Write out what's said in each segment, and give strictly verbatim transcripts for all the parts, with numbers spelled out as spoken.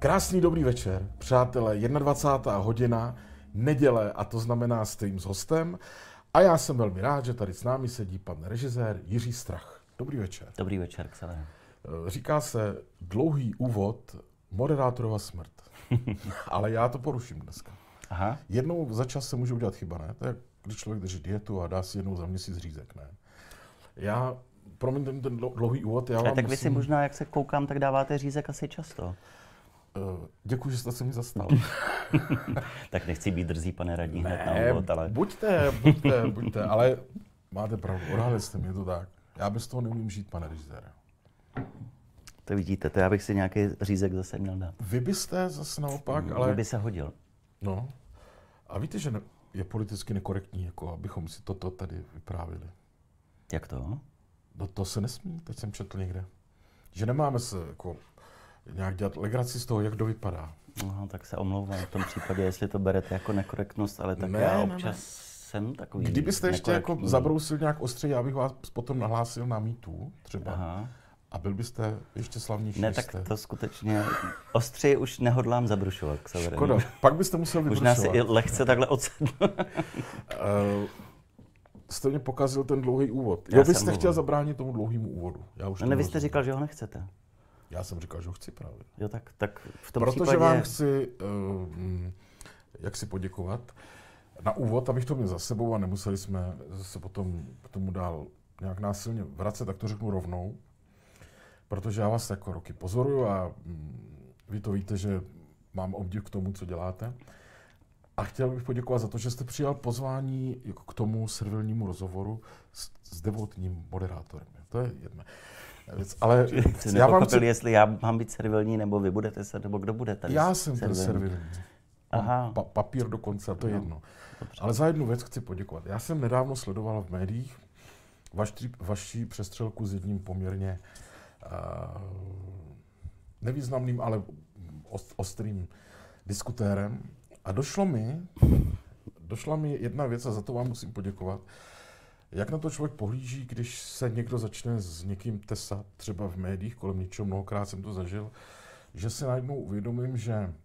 Krásný dobrý večer, přátelé, dvacátá jedna hodina, neděle, a to znamená stream s hostem. A já jsem velmi rád, že tady s námi sedí pan režisér Jiří Strach. Dobrý večer. Dobrý večer, Xaver. Říká se dlouhý úvod, moderátorova smrt. Ale já to poruším dneska. Aha. Jednou za čas se může udělat chyba, ne? To je, když člověk drží dietu a dá si jednou za měsíc řízek, ne? Já, promiň ten, ten dlouhý úvod, já vám tak musím... vy si možná, jak se koukám, tak dáváte řízek asi často. Uh, děkuji, že jste se mi zastal. Tak nechci být drzý, pane radní, hned ne, na úvod, ale... buďte, buďte, buďte, ale máte pravdu, odhalili jste mě, to tak. Já bez toho neumím žít, pane režisére. To vidíte, to já bych si nějaký řízek zase měl dát. Vy byste zase naopak, ale... Vy by se hodil. No. A víte, že ne, je politicky nekorektní, jako abychom si toto tady vyprávili. Jak to? No to se nesmí, teď jsem četl někde. Že nemáme se jako nějak dělat legraci z toho, jak kdo vypadá. No, tak se omlouvám v tom případě, jestli to berete jako nekorektnost, ale tak ne, já ne, občas ne. jsem takový Kdybyste ještě nekorektní. jako zabrousil nějak ostře, já bych vás potom nahlásil na mýtu třeba. Aha. A byl byste ještě slavnější. Ne, tak to skutečně ostřeji už nehodlám zabrušovat. Xaverem. Škoda, pak byste musel vybrušovat. Možná si i lehce takhle odsednu. uh, jste mě pokazil ten dlouhý úvod. Já Jo, byste jsem chtěl mluvil. zabránit tomu dlouhému úvodu. Já už No ne, vy jste říkal, že ho nechcete. Já jsem říkal, že ho chci právě. Jo, tak, tak v tom Protože případě... vám chci, uh, jak si poděkovat, na úvod, abych to měl za sebou a nemuseli jsme se potom k tomu dál nějak násilně vracet, tak to řeknu rovnou. Protože já vás jako roky pozoruju a mm, vy to víte, že mám obdiv k tomu, co děláte. A chtěl bych poděkovat za to, že jste přijal pozvání jako k tomu servilnímu rozhovoru s, s devotním moderátorem. To je jedna věc. Ale Jsi já vám chci... jestli já mám být servilní, nebo vy budete se, nebo kdo bude tady Já jsem servilní. ten servilní. Aha. Pa, papír dokonce, a to je No, jedno. dobře. Ale za jednu věc chci poděkovat. Já jsem nedávno sledoval v médiích vaši, vaši přestřelku s jedním poměrně uh, nevýznamným, ale ost, ostrým diskutérem. A došlo mi, došla mi jedna věc a za to vám musím poděkovat. Jak na to člověk pohlíží, když se někdo začne s někým tesat, třeba v médiích, kolem něčeho, mnohokrát jsem to zažil, že si najednou uvědomím, že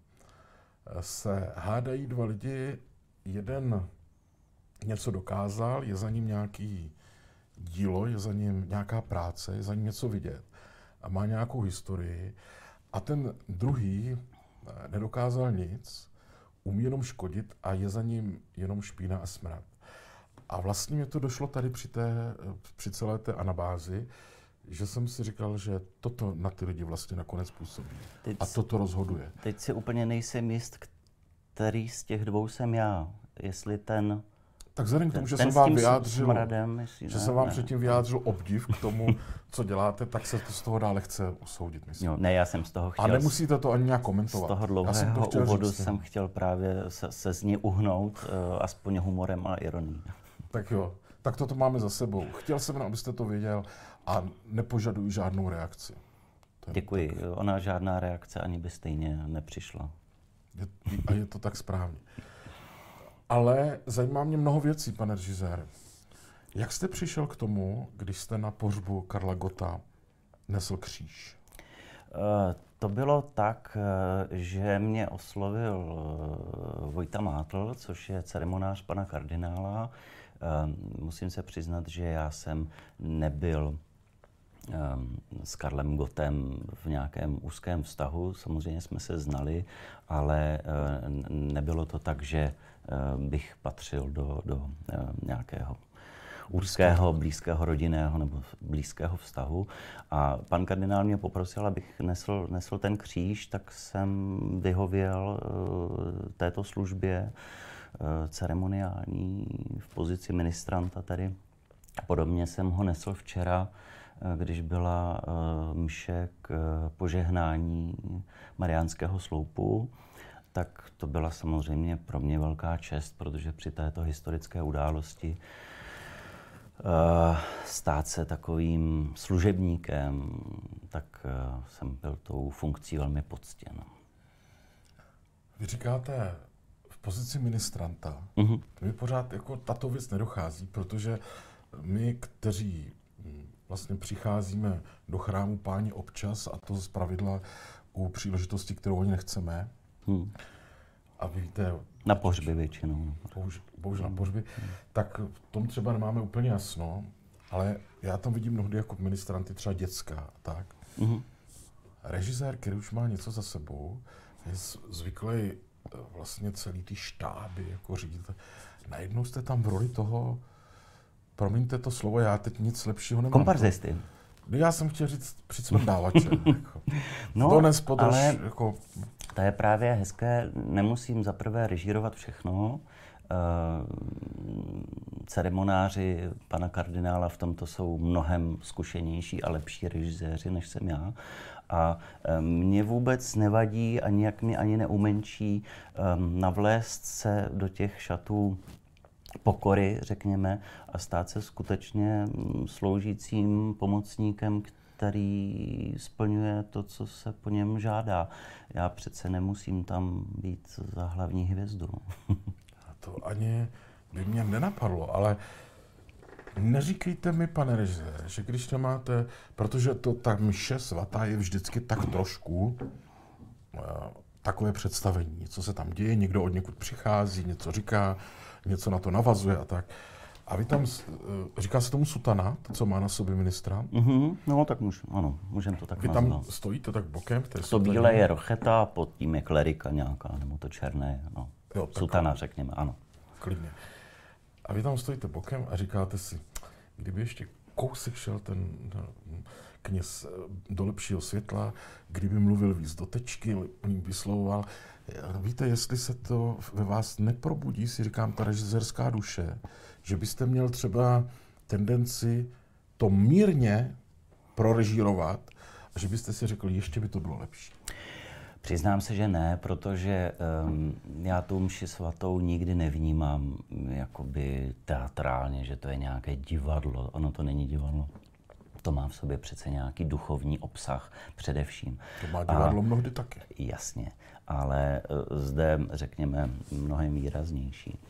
se hádají dva lidi, jeden něco dokázal, je za ním nějaký dílo, je za ním nějaká práce, je za ním něco vidět a má nějakou historii a ten druhý nedokázal nic, umí jenom škodit a je za ním jenom špína a smrad. A vlastně mě to došlo tady při, té, při celé té anabázi, že jsem si říkal, že toto na ty lidi vlastně nakonec působí. Teď, a toto rozhoduje. Teď si úplně nejsem jist, který z těch dvou jsem já. Jestli ten... Tak vzhledem k tomu, že ten jsem vám vyjádřil, smradem, jestli, že ne, jsem vám ne. předtím vyjádřil obdiv k tomu, co děláte, tak se to z toho dále chce usoudit, myslím. Jo, ne, já jsem z toho chtěl... A nemusíte to ani nějak komentovat. Z toho dlouhého úvodu jsem chtěl právě se, se z ní uhnout, uh, aspoň humorem a ironií. Tak jo, tak toto máme za sebou. Chtěl jsem, abyste to věděl a nepožaduji žádnou reakci. To Děkuji, tak... ona žádná reakce ani by stejně nepřišla. Je, a je to tak správně. Ale zajímá mě mnoho věcí, pane režisére. Jak jste přišel k tomu, když jste na pohřbu Karla Gotta nesl kříž? Uh, to bylo tak, že mě oslovil Vojta Mátl, což je ceremonář pana kardinála. Musím se přiznat, že já jsem nebyl s Karlem Gottem v nějakém úzkém vztahu. Samozřejmě jsme se znali, ale nebylo to tak, že bych patřil do, do nějakého úzkého, blízkého rodinného nebo blízkého vztahu. A pan kardinál mě poprosil, abych nesl, nesl ten kříž, tak jsem vyhověl uh, této službě uh, ceremoniální v pozici ministranta tady. Podobně jsem ho nesl včera, uh, když byla uh, mše k uh, požehnání Mariánského sloupu. Tak to byla samozřejmě pro mě velká čest, protože při této historické události Uh, stát se takovým služebníkem, tak uh, jsem byl tou funkcí velmi poctěn. Vy říkáte v pozici ministranta. Uh-huh. Mi pořád jako tato věc nedochází, protože my, kteří vlastně přicházíme do chrámu Páně občas, a to zpravidla u příležitosti, kterou oni nechceme. Hmm. A víte... Na pohřby většinou. Bohužel, bohužel na pohřby. Hmm. Tak v tom třeba nemáme úplně jasno, ale já tam vidím mnohdy jako ministranty třeba dětská. Tak. Hmm. Režisér, který už má něco za sebou, je zvyklý vlastně celý ty štáby jako řídit. Najednou jste tam v roli toho, promiňte to slovo, já teď nic lepšího nemám. Komparzisty. Já jsem chtěl říct přicvrdávače. jako. No, Dones, podrž, ale jako... to je právě hezké, nemusím zaprvé režírovat všechno. Ceremonáři pana kardinála v tomto jsou mnohem zkušenější a lepší režiséři, než jsem já. A mě vůbec nevadí a nijak mi ani neumenší um, navlézt se do těch šatů pokory, řekněme, a stát se skutečně sloužícím pomocníkem, který splňuje to, co se po něm žádá. Já přece nemusím tam být za hlavní hvězdu. A to ani by mě nenapadlo, ale neříkejte mi, pane režiséře, že když to máte, protože to ta mše svatá je vždycky tak trošku uh, takové představení, co se tam děje, někdo od někud přichází, něco říká, něco na to navazuje a tak. A vy tam, uh, říká se tomu sutana, to, co má na sobě ministra? Mm-hmm, no tak můžu, ano, můžeme to tak vy nazvat. Vy tam stojíte tak bokem? V té to bílé je rocheta, pod tím je klerika nějaká, nebo to černé, no. Jo, sutana, řekněme, ano. Klidně. A vy tam stojíte bokem a říkáte si, kdyby ještě kousek šel ten kněz do lepšího světla, kdyby mluvil víc do tečky, vyslovoval. Víte, jestli se to ve vás neprobudí, si říkám, ta režisérská duše, že byste měl třeba tendenci to mírně prorežírovat a že byste si řekl, ještě by to bylo lepší. Přiznám se, že ne, protože um, já tu mši svatou nikdy nevnímám jakoby teatrálně, že to je nějaké divadlo. Ono to není divadlo. To má v sobě přece nějaký duchovní obsah především. To má divadlo a, mnohdy taky. Jasně, ale uh, zde, řekněme, mnohem výraznější.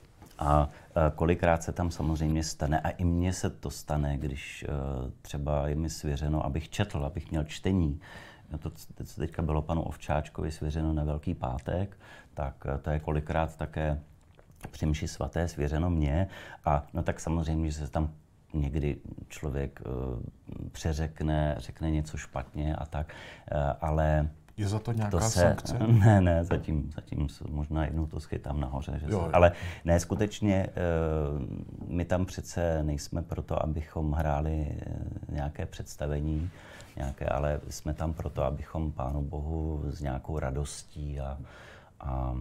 A uh, kolikrát se tam samozřejmě stane, a i mně se to stane, když uh, třeba je mi svěřeno, abych četl, abych měl čtení. To, co teďka bylo panu Ovčáčkovi svěřeno na Velký pátek, tak to je kolikrát také při mši svaté svěřeno mně. A no tak samozřejmě, že se tam někdy člověk uh, přeřekne, řekne něco špatně a tak, uh, ale... Je za to nějaká to se, sankce? Ne, ne, zatím, zatím možná jednou to schytám nahoře. Že jo, se, jo. Ale ne, skutečně uh, my tam přece nejsme proto, abychom hráli nějaké představení, nějaké, ale jsme tam proto, abychom Pánu Bohu s nějakou radostí a, a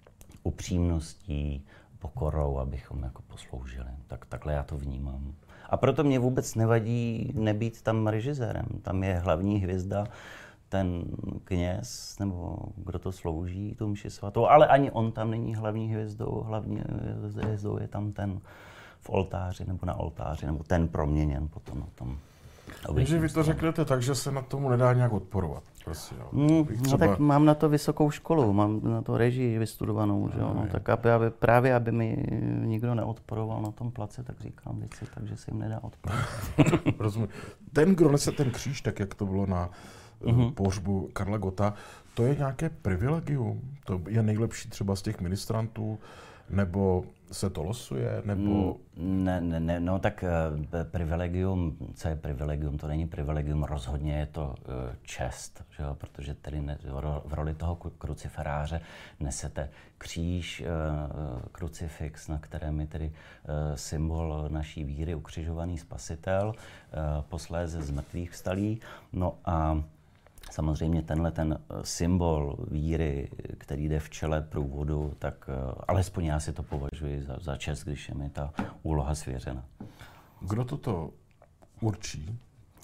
upřímností, pokorou, abychom jako posloužili. Tak, takhle já to vnímám. A proto mě vůbec nevadí nebýt tam režisérem. Tam je hlavní hvězda, ten kněz, nebo kdo to slouží, tu mši svatou, ale ani on tam není hlavní hvězdou, hlavní hvězdou je tam ten v oltáři, nebo na oltáři, nebo ten proměněn potom na tom. Takže vy to řeknete tak, že se na tomu nedá nějak odporovat. Prosím, mm, třeba... No tak mám na to vysokou školu, mám na to režii vystudovanou, že jo? No, tak aby, aby, právě aby mi nikdo neodporoval na tom place, tak říkám věci, takže se jim nedá odporovat. Rozumím. Ten, kdo nese ten kříž, tak jak to bylo na mm-hmm. pohřbu Karla Gotta, to je nějaké privilegium? To je nejlepší třeba z těch ministrantů? Nebo se to losuje, nebo... Ne, ne, ne, no tak e, privilegium, co je privilegium? To není privilegium, rozhodně je to e, čest, že jo? Protože tedy ne, v roli toho kruciferáře nesete kříž, e, krucifix, na kterém je tedy e, symbol naší víry, ukřižovaný spasitel, e, posléze z mrtvých vstalý. No a samozřejmě tenhle ten symbol víry, který jde v čele průvodu, tak alespoň já si to považuji za, za čest, když je mi ta úloha svěřena. Kdo toto určí?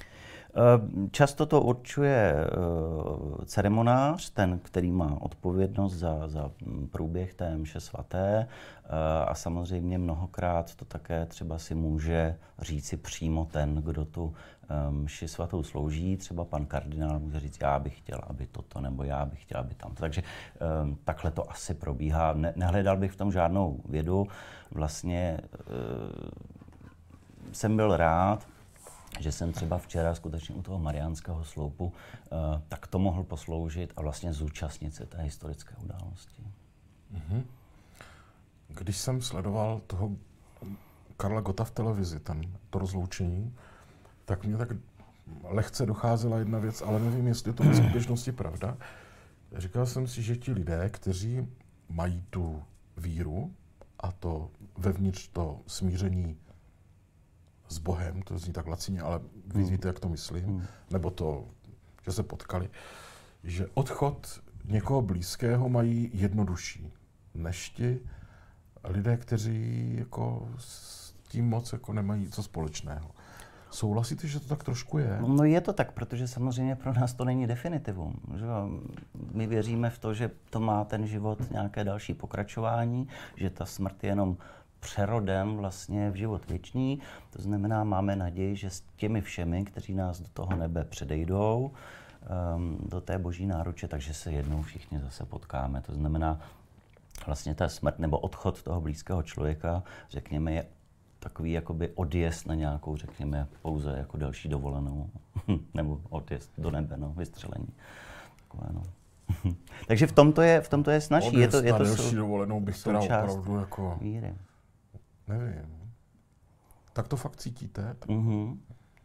Často to určuje ceremonář, ten, který má odpovědnost za, za průběh té mše svaté, a samozřejmě mnohokrát to také třeba si může říci přímo ten, kdo tu mši svatou slouží. Třeba pan kardinál může říct, já bych chtěl, aby toto, nebo já bych chtěl, aby tam. Takže takhle to asi probíhá. Ne, nehledal bych v tom žádnou vědu. Vlastně jsem byl rád, že jsem třeba včera skutečně u toho Mariánského sloupu, uh, tak to mohl posloužit a vlastně zúčastnit se té historické události. Mm-hmm. Když jsem sledoval toho Karla Gotta v televizi, ten, to rozloučení, tak mě tak lehce docházela jedna věc, ale nevím, jestli je to v skutečnosti pravda. Říkal jsem si, že ti lidé, kteří mají tu víru a to vevnitř to smíření s Bohem, to zní tak lacině, ale vy Hmm. víte, jak to myslím, Hmm. nebo to, že se potkali, že odchod někoho blízkého mají jednodušší než ti lidé, kteří jako s tím moc jako nemají co společného. Souhlasíte, že to tak trošku je? No je to tak, protože samozřejmě pro nás to není definitivum. Že? My věříme v to, že to má ten život nějaké další pokračování, že ta smrt je jenom přerodem vlastně v život věčný. To znamená, máme naději, že s těmi všemi, kteří nás do toho nebe předejdou, um, do té boží náruče, takže se jednou všichni zase potkáme. To znamená, vlastně ta smrt nebo odchod toho blízkého člověka, řekněme, je takový jakoby odjezd na nějakou, řekněme, pouze jako další dovolenou. Nebo odjezd do nebe, no, vystřelení. Takové, no. Takže v tomto je, v tomto je snažší. Odjezd je to, je na to delší sou, dovolenou bych teda opravdu jako... víry. Nevím. Tak to fakt cítíte? Tak, Mm-hmm.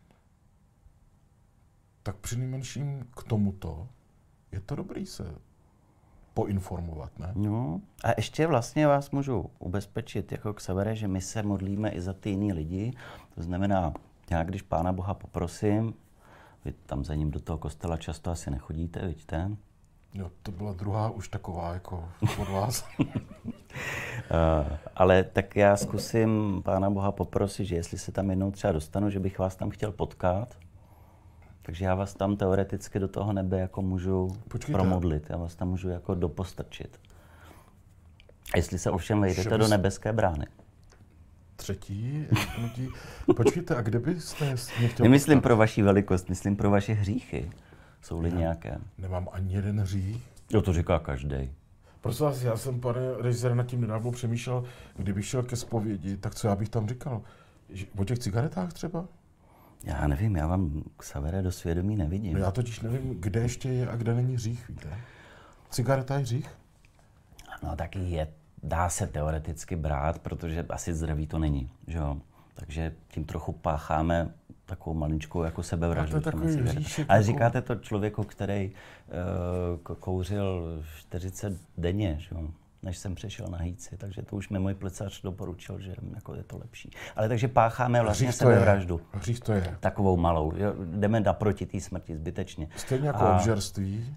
tak přinejmenším k tomuto je to dobrý se poinformovat, ne? No, a ještě vlastně vás můžu ubezpečit jako Xavere, že my se modlíme i za ty jiný lidi. To znamená, já když Pána Boha poprosím, vy tam za ním do toho kostela často asi nechodíte, vidíte? Jo, to byla druhá už taková jako od vás. uh, ale tak já zkusím Pána Boha poprosit, že jestli se tam jednou třeba dostanu, že bych vás tam chtěl potkat. Takže já vás tam teoreticky do toho nebe jako můžu Počkejte. promodlit, já vás tam můžu jako dopostrčit. Jestli se ovšem vejdete Že do bys- nebeské brány. Třetí, risknutí. Počkejte, a kde byste mě chtěl Nemyslím potkat? pro vaši velikost, myslím pro vaše hříchy. Jsou-li Ne. nějaké. Nemám ani jeden hřích. Jo, to říká každý. Prosím vás, já jsem, pane režisér, nad tím nedávno přemýšlel, kdybych šel ke zpovědi, tak co já bych tam říkal? Že, o těch cigaretách třeba? Já nevím, já vám Xavere do svědomí nevidím. No já totiž nevím, kde ještě je a kde není hřích, víte? Cigareta je hřích? No taky je, dá se teoreticky brát, protože asi zdraví to není, že jo. Takže tím trochu pácháme takovou maličkou jako sebevraždu. A to je těmi takový cigaretami. hříšek Ale jako- říkáte to člověku, který uh, kouřil čtyřicet denně, že jo, než jsem přešel na hýci, takže to už mi můj plecař doporučil, že jako je to lepší. Ale takže pácháme vlastně Hřích to je. sebevraždu. Hřích to je. Takovou malou. Jo, jdeme naproti té smrti zbytečně. Stejně jako A- obžerství.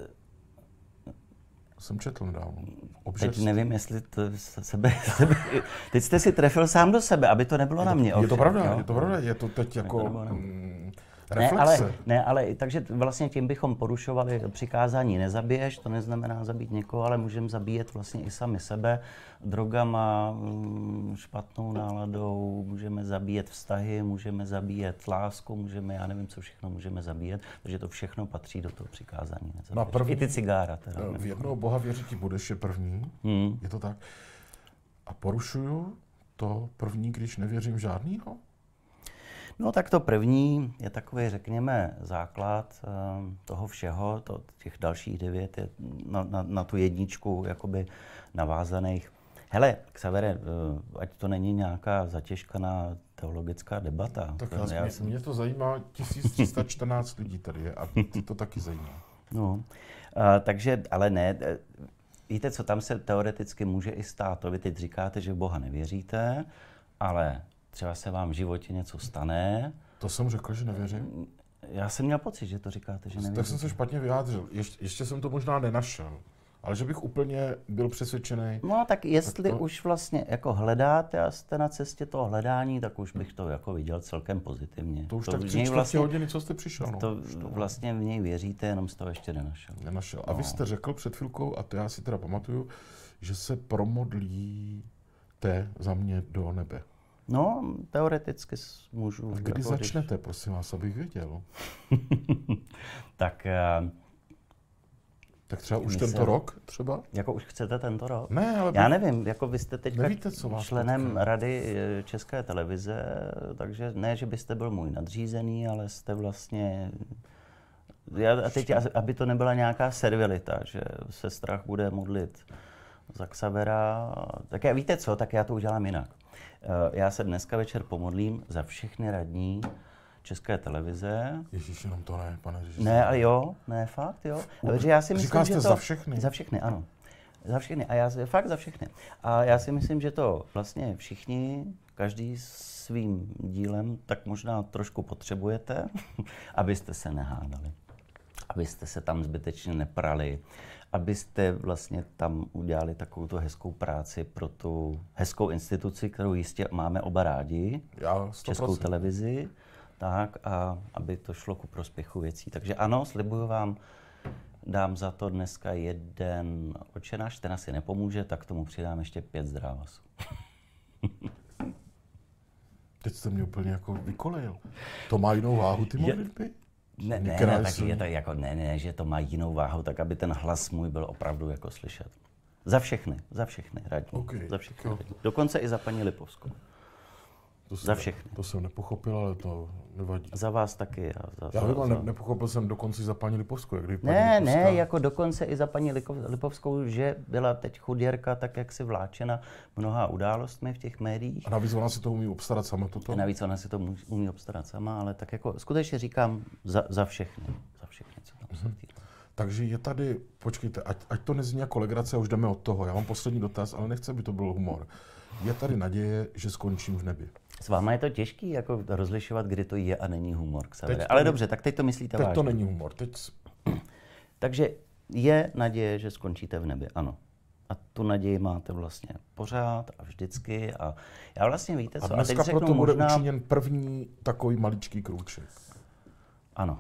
Jsem četl nedávno. Teď Obžerství. nevím, jestli to se- sebe, sebe... Teď jste si trefil sám do sebe, aby to nebylo na mě. Je to ovšem, pravda, jo? je to pravda, je to teď jako nebylo na mě. mm, Ne, reflexe. ale, ne, ale takže vlastně tím bychom porušovali přikázání nezabiješ, to neznamená zabít někoho, ale můžeme zabíjet vlastně i sami sebe drogama, mm, špatnou náladou, můžeme zabíjet vztahy, můžeme zabíjet lásku, můžeme, já nevím, co všechno můžeme zabíjet, takže to všechno patří do toho přikázání nezabiješ. Na první- I ty cigára teda. V jednoho Boha věřití budeš je první, Hmm. je to tak. A porušuju to první, když nevěřím žádnýho? No tak to první je takový, řekněme, základ um, toho všeho, to, těch dalších devět je na, na, na tu jedničku jakoby navázaných. Hele, Xavere, uh, ať to není nějaká zatěžkaná teologická debata. Tak To- já, já mě, jsem- mě to zajímá, tisíc tři sta čtrnáct lidí tady je a ty to taky zajímá. No, uh, takže, ale ne, eh, víte co, tam se teoreticky může i stát. To vy teď říkáte, že v Boha nevěříte, ale třeba se vám v životě něco stane. To jsem řekl, že nevěřím. Já jsem měl pocit, že to říkáte, že nevěříte. Tak jsem se špatně vyjádřil. Ještě, ještě jsem to možná nenašel. Ale že bych úplně byl přesvědčený. No tak jestli Tak to- už vlastně jako hledáte a jste na cestě toho hledání, tak už bych to jako viděl celkem pozitivně. To už tak v tři něj čtvrtě vlastně, hodiny, co jste přišel. No. to Už to vlastně v něj věříte, jenom jste to ještě nenašel. nenašel. A vy No. jste řekl před chvilkou, a to já si teda pamatuju, že se promodlíte za mě do nebe. No, teoreticky s- můžu. A kdy jako když- začnete, prosím vás, abych věděl? Tak eh, Tak třeba už Mysl... tento rok třeba? Jako už chcete tento rok? Ne, ale... Já nevím, jako vy jste teď členem potká. Rady České televize, takže ne, že byste byl můj nadřízený, ale jste vlastně... Já, a teď, aby to nebyla nějaká servilita, že se strach bude modlit za Xavera, tak já, víte co, tak já to udělám jinak. Já se dneska večer pomodlím za všechny radní České televize. Ježíš, jenom to ne, pane Ježíš. Ne, a jo, ne, fakt, jo. Takže já si myslím, Říkal že jste to... za všechny? Za všechny, ano. Za všechny. A já fakt za všechny. A já si myslím, že to vlastně všichni, každý svým dílem, tak možná trošku potřebujete, abyste se nehádali. Abyste se tam zbytečně neprali, abyste vlastně tam udělali takovou tu hezkou práci pro tu hezkou instituci, kterou jistě máme oba rádi, Já Českou televizi, tak a aby to šlo ku prospěchu věcí. Takže ano, slibuju vám, dám za to dneska jeden očenáš, ten asi nepomůže, tak k tomu přidám ještě pět zdrávasů. Teď jste mě úplně jako vykolejil. To má jinou váhu, ty modlitby? Ne, ne, ne, tak je to jako, ne, ne, že to má jinou váhu, tak aby ten hlas můj byl opravdu jako slyšet. Za všechny, za všechny radní, okay, za všechny radní. Dokonce i za paní Lipovskou. To za všechny. To jsem nepochopil, ale to nevadí. Za vás taky. Za, Já za, vím, ale za... ne, nepochopil jsem dokonce i za paní Lipovskou. Jak paní ne, Lipovská... ne, jako dokonce i za paní Lipovskou, že byla teď chuděrka tak, jak si vláčena mnoha událostmi v těch médiích. A navíc ona si to umí obstarat sama toto? A navíc ona si to umí obstarat sama, ale tak jako skutečně říkám za, za všechny. Za všechny, co tam jsou. Mm-hmm. Takže je tady, počkejte, ať, ať to nezní jako legrace, už jdeme od toho. Já mám poslední dotaz, ale nechci, aby to byl humor. Je tady naděje, že skončím v nebi? S váma je to těžký jako rozlišovat, kdy to je a není humor. Ale ne... dobře, tak teď to myslíte teď vážně. Teď to není humor. Teď... Takže je naděje, že skončíte v nebi, ano. A tu naději máte vlastně pořád a vždycky. A já vlastně víte co, a dneska a teď proto bude možná... učiněn první takový maličký krůček. Ano.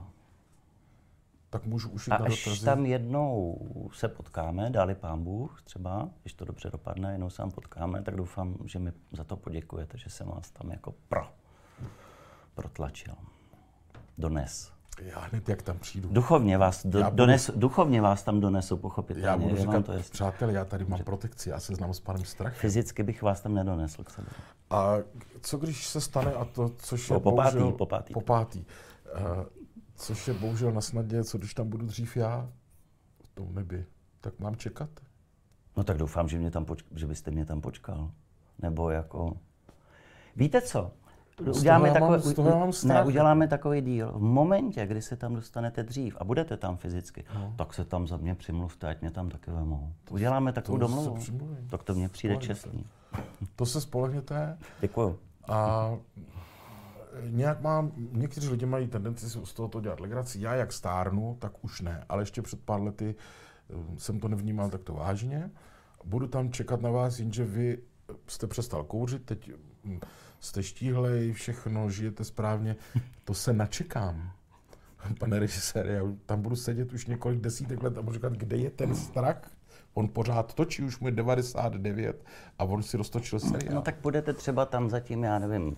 Tak můžu už jít a na až dotazy. tam jednou se potkáme, dali pán Bůh třeba, když to dobře dopadne, jednou se tam potkáme, tak doufám, že mi za to poděkujete, že jsem vás tam jako pro, protlačil. Dones. Já hned, jak tam přijdu. Duchovně vás, do, budu, donesu, duchovně vás tam donesu, pochopitelně. Já budu je říkat, to přátelé, já tady mám protekci, já se znám s panem strachem. Fyzicky bych vás tam nedonesl k sobě. A co když se stane, a to, což je po, popátý, bohužel... Popátý. Popátý. Uh, což je bohužel na snadě, co když tam budu dřív já, v tom nebi, tak mám čekat? No tak doufám, že, mě tam poč- že byste mě tam počkal. Nebo jako... Víte co? Uděláme takový, ne, uděláme takový díl. V momentě, kdy se tam dostanete dřív a budete tam fyzicky, no. tak se tam za mě přimluvte, ať mě tam taky vemou. Uděláme takovou domluvu. Tak to mně přijde čestný. To se spolehněte. Děkuju. A nějak mám, někteří lidi mají tendenci z tohoto dělat legraci. Já jak stárnu, tak už ne. Ale ještě před pár lety jsem to nevnímal takto vážně. Budu tam čekat na vás, jenže vy jste přestal kouřit, teď jste štíhlej, všechno, žijete správně. To se načekám. Pane režisér, já tam budu sedět už několik desítek let a budu říkat, kde je ten strach? On pořád točí, už mu je devadesát devět a on si roztočil seriál. No tak budete třeba tam zatím, já nevím,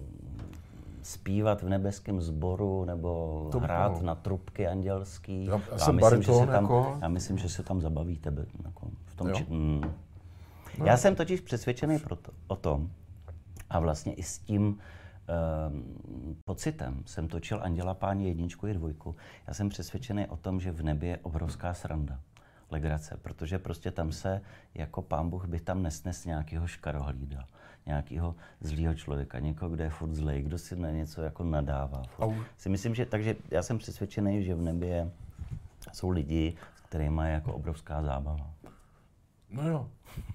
zpívat v nebeském sboru nebo to hrát bylo. Na trubky andělský. Já, já, já, jsem myslím, bariton, že se tam, jako... já myslím, že se tam zabavíte. Jako v tom či... mm. no. Já jsem totiž přesvědčený proto, o tom, a vlastně i s tím um, pocitem jsem točil Anděla Páně jedničku i dvojku. Já jsem přesvědčený o tom, že v nebi je obrovská sranda, legrace, protože prostě tam se jako pán Bůh by tam nesnes nějakého škarohlída, nějakého zlýho člověka, někoho, kdo je furt zlej, kdo si na něco jako nadává. Si myslím, že, takže já jsem přesvědčený, že v nebi je, jsou lidi, s kterými je jako obrovská zábava. No jo.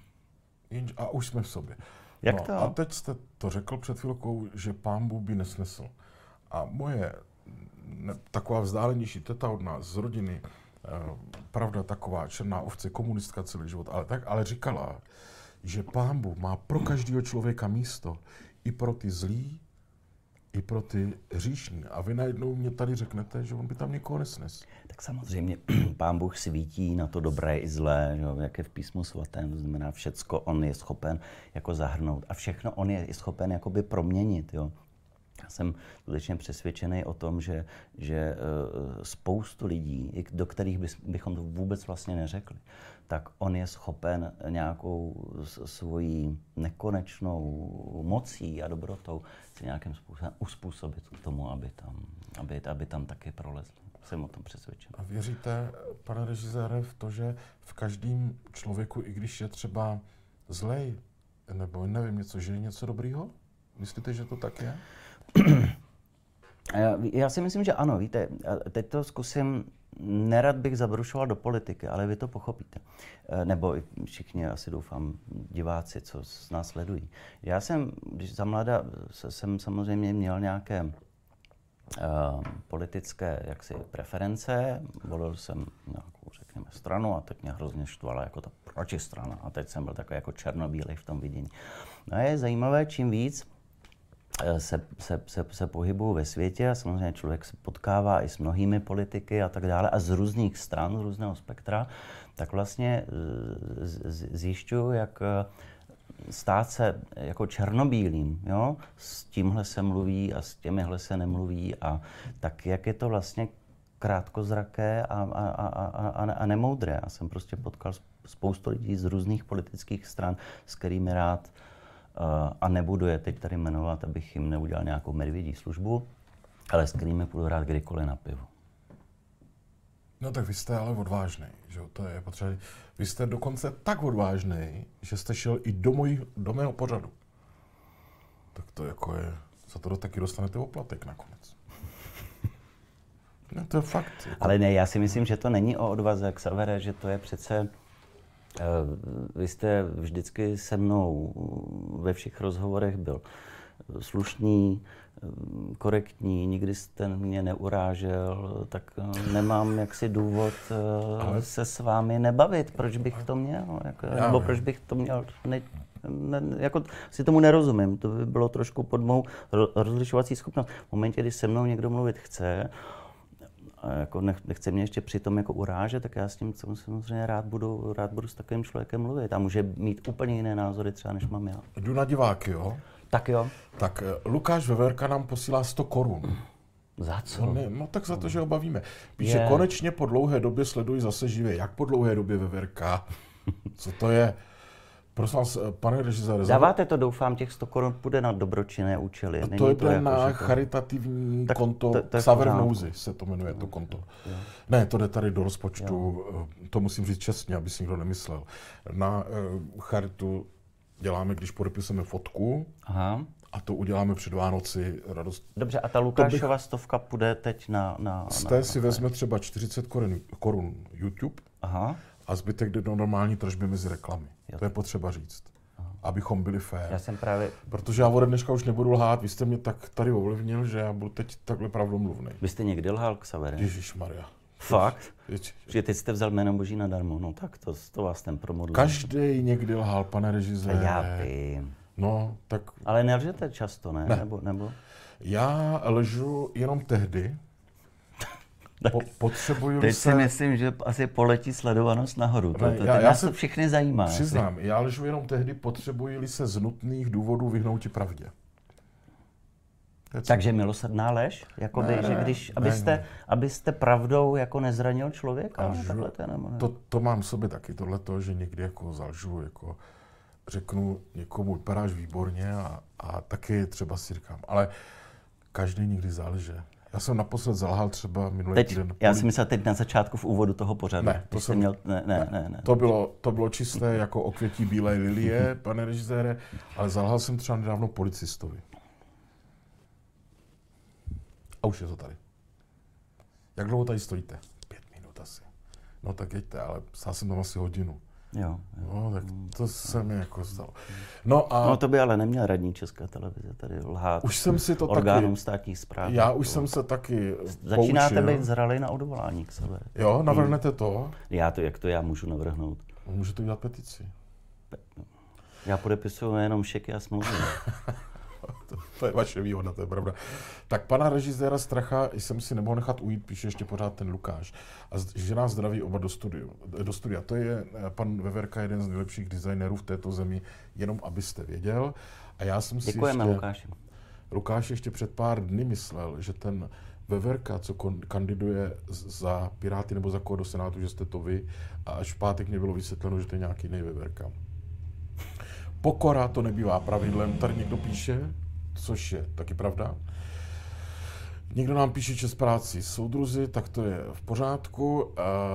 A už jsme v sobě. Jak no, to? A teď jste to řekl před chvilkou, že pán Bůh by nesnesl. A moje ne, taková vzdálenější teta od nás z rodiny, eh, pravda taková černá ovce, komunistka celý život, ale tak, ale říkala, že pán Bůh má pro každého člověka místo, i pro ty zlý, i pro ty hříšní. A vy najednou mě tady řeknete, že on by tam někoho nesnes. Tak samozřejmě pán Bůh svítí na to dobré i zlé, jo, jak je v písmu svatém, to znamená všecko on je schopen jako zahrnout a všechno on je schopen jakoby proměnit. Jo. Já jsem skutečně přesvědčený o tom, že, že spoustu lidí, do kterých bychom to vůbec vlastně neřekli, tak on je schopen nějakou svojí nekonečnou mocí a dobrotou si nějakým způsobem uspůsobit k tomu, aby tam, aby, aby tam taky prolezli. Jsem o tom přesvědčen. A věříte, pane režisére, v to, že v každém člověku, i když je třeba zlej, nebo nevím něco, že je něco dobrýho? Myslíte, že to tak je? Já si myslím, že ano, víte, teď to zkusím, nerad bych zabrušoval do politiky, ale vy to pochopíte. Nebo všichni, asi doufám, diváci, co z nás sledují. Já jsem, když za mladá, jsem samozřejmě měl nějaké uh, politické jaksi preference, volil jsem nějakou, řekněme, stranu a teď mě hrozně štvala jako ta protistrana a teď jsem byl takový jako černobílej v tom vidění. No a je zajímavé, čím víc Se, se, se, se pohybuju ve světě a samozřejmě člověk se potkává i s mnohými politiky a tak dále a z různých stran, z různého spektra, tak vlastně zjišťuju, jak stát se jako černobílým, jo? S tímhle se mluví a s těmihle se nemluví a tak jak je to vlastně krátkozraké a, a, a, a, a nemoudré. Já jsem prostě potkal spoustu lidí z různých politických stran, s kterými rád a nebudu je teď tady jmenovat, abych jim neudělal nějakou medvědí službu, ale s kterými půjdu rád kdykoliv na pivo. No tak vy jste ale odvážný, že jo, to je potřeba. Vy jste dokonce tak odvážný, že jste šel i do, mojí, do mého pořadu. Tak to jako je, za to taky dostanete oplatek nakonec. No to je fakt. Jako... Ale ne, já si myslím, že to není o odvaze, Xavere, že to je přece... Vy jste vždycky se mnou ve všech rozhovorech byl slušný, korektní, nikdy jste mě neurážel, tak nemám jaksi důvod ale... se s vámi nebavit. Proč bych to měl? Jako, nebo proč bych to měl... Ne, ne, jako si tomu nerozumím. To by bylo trošku pod mou rozlišovací schopnost. V momentě, kdy se mnou někdo mluvit chce, jako nechce mě ještě přitom jako urážet, tak já s tím samozřejmě rád budu, rád budu s takovým člověkem mluvit. A může mít úplně jiné názory třeba, než mám já. Jdu na diváky, jo? Tak jo. Tak Lukáš Veverka nám posílá sto korun. Za co? No, ne, no tak za to, že ho bavíme. Píše, je. Konečně po dlouhé době sleduji zase živě. Jak po dlouhé době Veverka? Co to je? Prosím vás, pane režisére... Dáváte to, doufám, těch sto korun půjde na dobročinné účely. Není to jde jako, na charitativní to... konto Xaver v nouzi, se to jmenuje, to konto. Jo. Ne, to jde tady do rozpočtu, jo. To musím říct čestně, aby si nikdo nemyslel. Na uh, charitu děláme, když podepisujeme fotku, aha. A to uděláme před Vánoci radost. Dobře, a ta Lukášova bych... stovka půjde teď na... na z té na, si na, vezme třeba čtyřicet korun, korun YouTube, aha. A zbytek jde do normální tržby mezi reklamy. Jo. To je potřeba říct, aha. Abychom byli fér. Já jsem právě... Protože já ode dneška už nebudu lhát, vy jste mě tak tady ovlivnil, že já budu teď takhle pravdomluvný. Vy jste někdy lhal, Xavere? Ježišmarja. Fakt? Ježiš. Že teď jste vzal jméno Boží nadarmo, no tak to, to vás ten promodlil. Každý někdy lhal, pane režisére. Já vím. No, tak... Ale nelžete často, ne? ne. Nebo, nebo? Já lžu jenom tehdy. Po, potřebuju Teď se... si myslím, že asi poletí sledovanost nahoru. To, ne, to, já, já já se to všechny zajímá. Přiznám, já lžu jenom tehdy, potřebuji-li se z nutných důvodů vyhnout pravdě. Takže milosrdná lež? Jakoby, ne, že když, abyste, ne, ne. abyste pravdou jako nezranil člověka? Lžu, to, to, to mám v sobě taky, tohleto, že někdy jako zalžu, jako řeknu někomu, vypadáš výborně a, a taky třeba si říkám, ale každý někdy zalže. Já jsem naposled zalhal třeba minulý teď, týden. Já si myslel teď na začátku v úvodu toho pořadu. Ne, to jsem, měl, ne, ne, ne, ne. To, bylo, to bylo čisté jako okvětí bílé lilie, pane režisére, ale zalhal jsem třeba nedávno policistovi. A už je to tady. Jak dlouho tady stojíte? Pět minut asi. No tak jeďte, ale stál jsem tam asi hodinu. Jo, jo. No, tak to se mi jako stalo. No, a no to by ale neměl radní České televize tady lhát už jsem si to orgánům taky, státní správy. Já už to, jsem se taky Začínáte poučil. být zralý na odvolání, Xavere. Jo, navrhnete to? Já to, jak to já můžu navrhnout? Můžete udělat petici. Já podepisuju jenom šeky a smlouvy. to, to je vaše výhoda, to je pravda. Tak pana režiséra Stracha jsem si nemohl nechat ujít, píše ještě pořád ten Lukáš. A že nás zdraví oba do, studiu, do studia. To je pan Veverka, jeden z nejlepších designérů v této zemi, jenom abyste věděl. A já jsem si Děkujeme, ještě... Lukáši. Lukáš ještě před pár dny myslel, že ten Veverka, co kon, kandiduje za Piráty nebo za koho do Senátu, že jste to vy, a až v pátek mě bylo vysvětleno, že to je nějaký jiný Veverka. Pokora to nebývá pravidlem, tady někdo píše, což je taky pravda. Někdo nám píše čes práci soudruzi, tak to je v pořádku.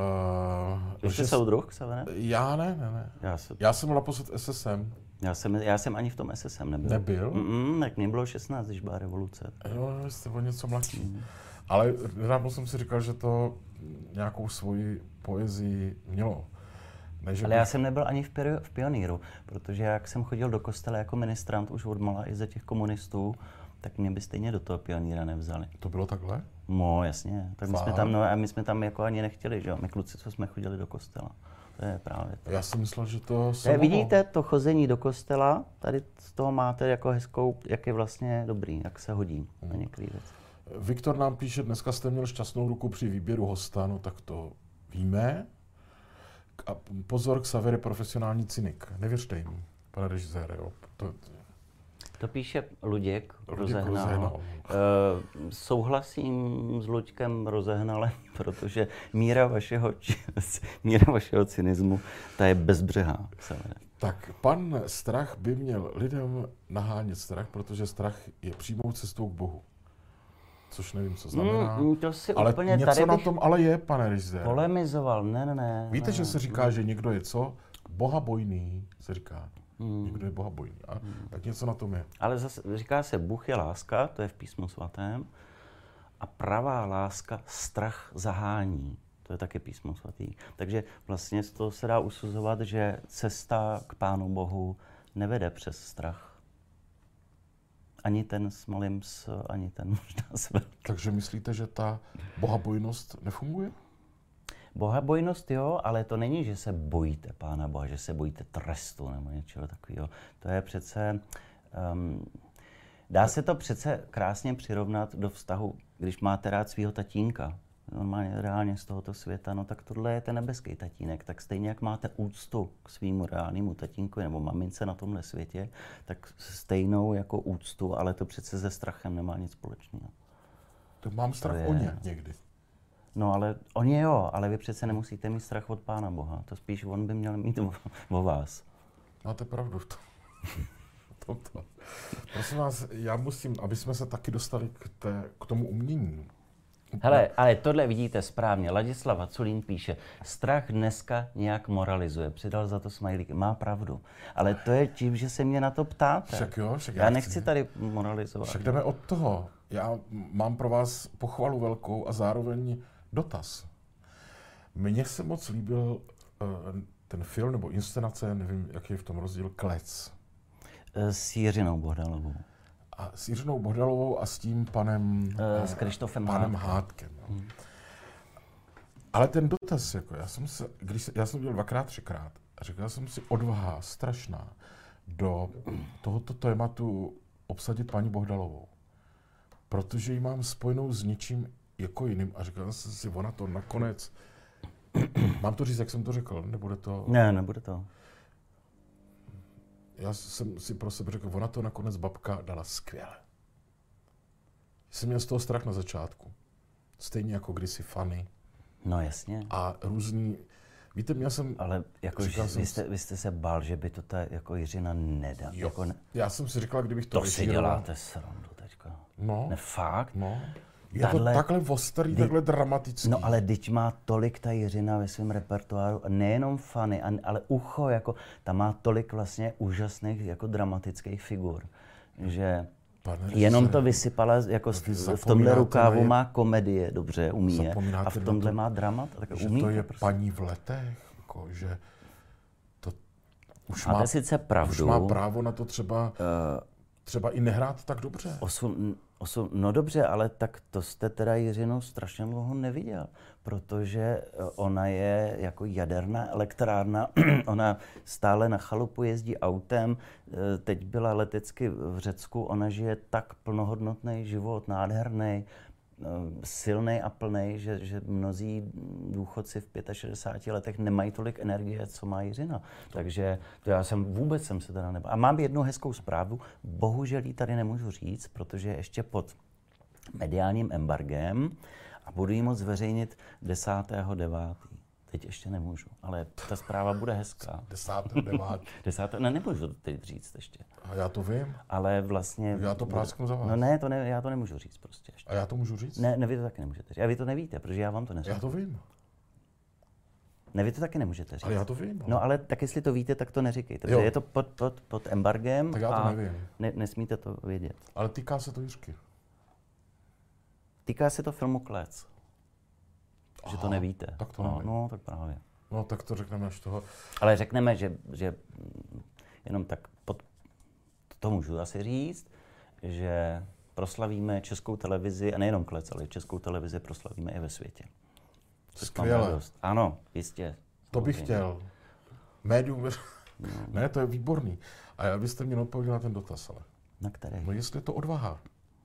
Uh, Jste soudruh, Ksavene? Já ne, ne, ne. Já jsem, já jsem naposled S S M. Já jsem, já jsem ani v tom S S M nebyl. Nebyl? Mm, tak mě bylo šestnáct, když byla revoluce. Jo, jste o něco mladší. Mm. Ale nedávno jsem si říkal, že to nějakou svoji poezii mělo. Ne, Ale bych... já jsem nebyl ani v, peri- v Pionýru, protože jak jsem chodil do kostela jako ministrant už odmala i za těch komunistů, tak mě by stejně do toho Pionýra nevzali. To bylo takhle? No, jasně. Tak my jsme tam, no, a my jsme tam jako ani nechtěli, že jo? My kluci, co jsme chodili do kostela. To je právě to. Já jsem myslel, že to se Vidíte, to chození do kostela, tady z toho máte jako hezkou, jak je vlastně dobrý, jak se hodí hmm. na některé věci. Viktor nám píše, dneska jste měl šťastnou ruku při výběru hosta, no tak to víme. A pozor, Xaver je profesionální cynik. Nevěřte jim, pane režisére, jo. To, To píše Luděk, Luděk rozehnal. rozehnal. Uh, souhlasím s Luďkem Rozehnalem, protože míra vašeho, míra vašeho cynismu, ta je bezbřehá. Tak pan Strach by měl lidem nahánět strach, protože strach je přímou cestou k Bohu. Což nevím, co znamená. Mm, to si ale úplně něco tady na tom ale je, pane režisér. Polemizoval, ne, ne, ne. Víte, ne, že se říká, ne. že někdo je co? Bohabojný, se říká. Hmm. Někdo je bohabojný. A hmm. tak něco na tom je. Ale zase říká se, Bůh je láska, to je v písmu svatém, a pravá láska strach zahání. To je taky písmo svatý. Takže vlastně z toho se dá usuzovat, že cesta k Pánu Bohu nevede přes strach. Ani ten s malým s, ani ten možná s velkým. Takže myslíte, že ta bohabojnost nefunguje? Bohabojnost jo, ale to není, že se bojíte Pána Boha, že se bojíte trestu nebo něčeho takového. To je přece, um, dá se to přece krásně přirovnat do vztahu, když máte rád svého tatínka, normálně reálně z tohoto světa, no tak tohle je ten nebeský tatínek. Tak stejně jak máte úctu k svýmu reálnému tatínku nebo mamince na tomhle světě, tak stejnou jako úctu, ale to přece se strachem nemá nic společného. To mám strach to je... o ně někdy. No ale oni jo, ale vy přece nemusíte mít strach od Pána Boha. To spíš on by měl mít o, o vás. Máte pravdu v tom. Toto. Prosím vás, já musím, aby jsme se taky dostali k, té, k tomu umění. Hele, ale tohle vidíte správně. Ladislava Culín píše, strach dneska nějak moralizuje. Přidal za to smajlík. Má pravdu. Ale to je tím, že se mě na to ptáte. Však jo, však já, já nechci chci. tady moralizovat. Však jdeme od toho. Já mám pro vás pochvalu velkou a zároveň dotaz. Mně se moc líbil uh, ten film nebo inscenace, nevím, jaký je v tom rozdíl, Klec. S Jiřinou Bohdalovou. A s Jiřinou Bohdalovou a s tím panem, uh, s Krištofem panem Hádkem. Hádkem hmm. Ale ten dotaz, jako já jsem se, když se, já jsem byl dvakrát, třikrát a říkal jsem si, odvaha strašná do tohoto tématu obsadit paní Bohdalovou. Protože ji mám spojenou s něčím jako jiným a říkal jsem si, ona to nakonec, mám to říct, jak jsem to řekl, nebude to? Ne, nebude to. Já jsem si pro sebe řekl, ona to nakonec babka dala skvěle. Jsem měl z toho strach na začátku. Stejně jako kdysi Fanny. No jasně. A různý, víte, měl jsem... Ale jako, že vy, jste, vy jste se bál, že by to ta jako Jiřina nedala. Jo. Jako ne... Já jsem si říkal, kdybych to To si děláte srandu teďka. No. Ne, fakt? No. Je Tadle, to takhle ostrý, kdy, takhle dramatický. No ale teď má tolik ta Jiřina ve svém repertoáru, nejenom Fanny, ale Ucho, jako, tam má tolik vlastně úžasných jako dramatických figur, že pane jenom se, to vysypala, jako v tomhle rukávu má komedie, dobře, umí je, a v tomhle to, má dramat, tak že umí to je prostě. Paní v letech, jako, že to už Máte má, sice pravdu, už má právo na to třeba, uh, třeba i nehrát tak dobře. Osm, osm, no dobře, ale tak to jste teda Jiřinu strašně dlouho neviděl, protože ona je jako jaderná elektrárna, ona stále na chalupu jezdí autem, teď byla letecky v Řecku, ona žije tak plnohodnotný život, nádherný, silnej a plnej, že, že mnozí důchodci v šedesáti pěti letech nemají tolik energie, co má Jiřina. Takže to já jsem vůbec jsem se teda nebál. A mám jednu hezkou zprávu, bohužel ji tady nemůžu říct, protože ještě pod mediálním embargem a budu ji moc zveřejnit desátého devátého Teď ještě nemůžu, ale ta zpráva bude hezká. desátého devátého desátého Ne, nemůžu to teď říct ještě. A já to vím. Ale vlastně... Já to prásknu za vás. No ne, to ne, já to nemůžu říct prostě ještě. A já to můžu říct? Ne, ne, vy to taky nemůžete říct. A vy to nevíte, protože já vám to neřeknu. Já to vím. Ne, vy to taky nemůžete říct. Ale já to vím. No ale tak jestli to víte, tak to neříkejte. Protože je to pod, pod, pod embargem tak já to a nevím. Ne, nesmíte to vědět. Ale týká se to Jiřky. Týká se to filmu Klec. Že to nevíte. Tak to no, nevím. no, tak právě. No tak to řekneme až toho. Ale řekneme, že, že jenom tak pod, to můžu asi říct, že proslavíme Českou televizi, a nejenom Klec, ale Českou televizi proslavíme i ve světě. Skvěle. Ano, jistě. To bych chtěl. Médium, no. Ne, to je výborný. A já byste mě odpověděl na ten dotaz, ale. Na který? No jestli je to odvaha.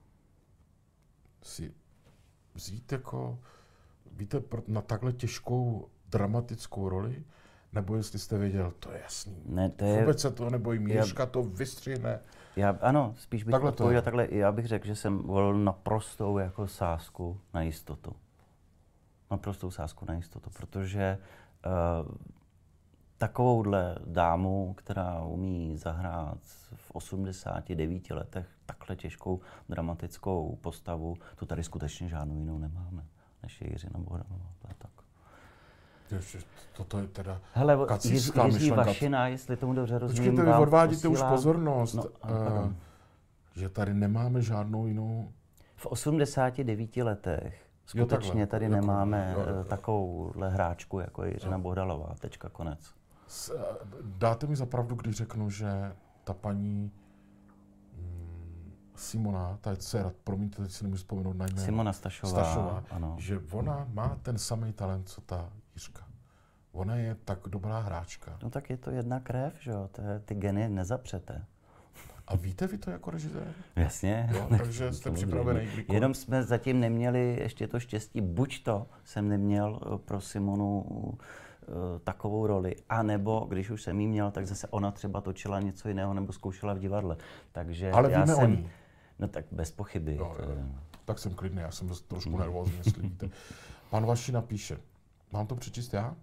Si vzít jako, víte, na takhle těžkou dramatickou roli, nebo jestli jste věděl, to je jasný. Ne, to je... Vůbec se toho nebojím, Jiřka to vystřihne. Já, ano, spíš bych takhle odpověděl takhle, já bych řekl, že jsem volil naprostou jako sázku na jistotu. Naprostou sázku na jistotu, protože uh, takovouhle dámu, která umí zahrát v osmdesáti devíti letech takhle těžkou dramatickou postavu, tu tady skutečně žádnou jinou nemáme, než je Jiřina Bohdalová. To je tak. Toto je teda hele, kacířská Jiří myšlenka. Vašina, jestli tomu dobře rozumím, Počkejte, vy odvádíte posílá... už pozornost, no, uh, že tady nemáme žádnou jinou... V osmdesáti devíti letech skutečně jo, tady jako, nemáme jo, jo. takovouhle hráčku, jako je Jiřina Bohdalová. Tečka, konec. S, dáte mi za pravdu, když řeknu, že ta paní mm, Simona, ta je dcera, promiňte, teď si nemůžu vzpomenout na jméno. Simona Stašová, Stašová ano. Že ona má ten samý talent, co ta Jiřka. Ona je tak dobrá hráčka. No tak je to jedna krev, že jo, ty geny nezapřete. A víte vy to jako režisér? Jasně. Jo, takže jste připravený. Jenom jsme zatím neměli ještě to štěstí, buď to jsem neměl pro Simonu uh, takovou roli, anebo když už jsem jí měl, tak zase ona třeba točila něco jiného nebo zkoušela v divadle. Takže ale já víme jsem, o ní. No tak bez pochyby. Jo, jo. To... Tak jsem klidný, já jsem trošku nervózní, jestli víte. Pan Vašina píše, mám to přečíst já?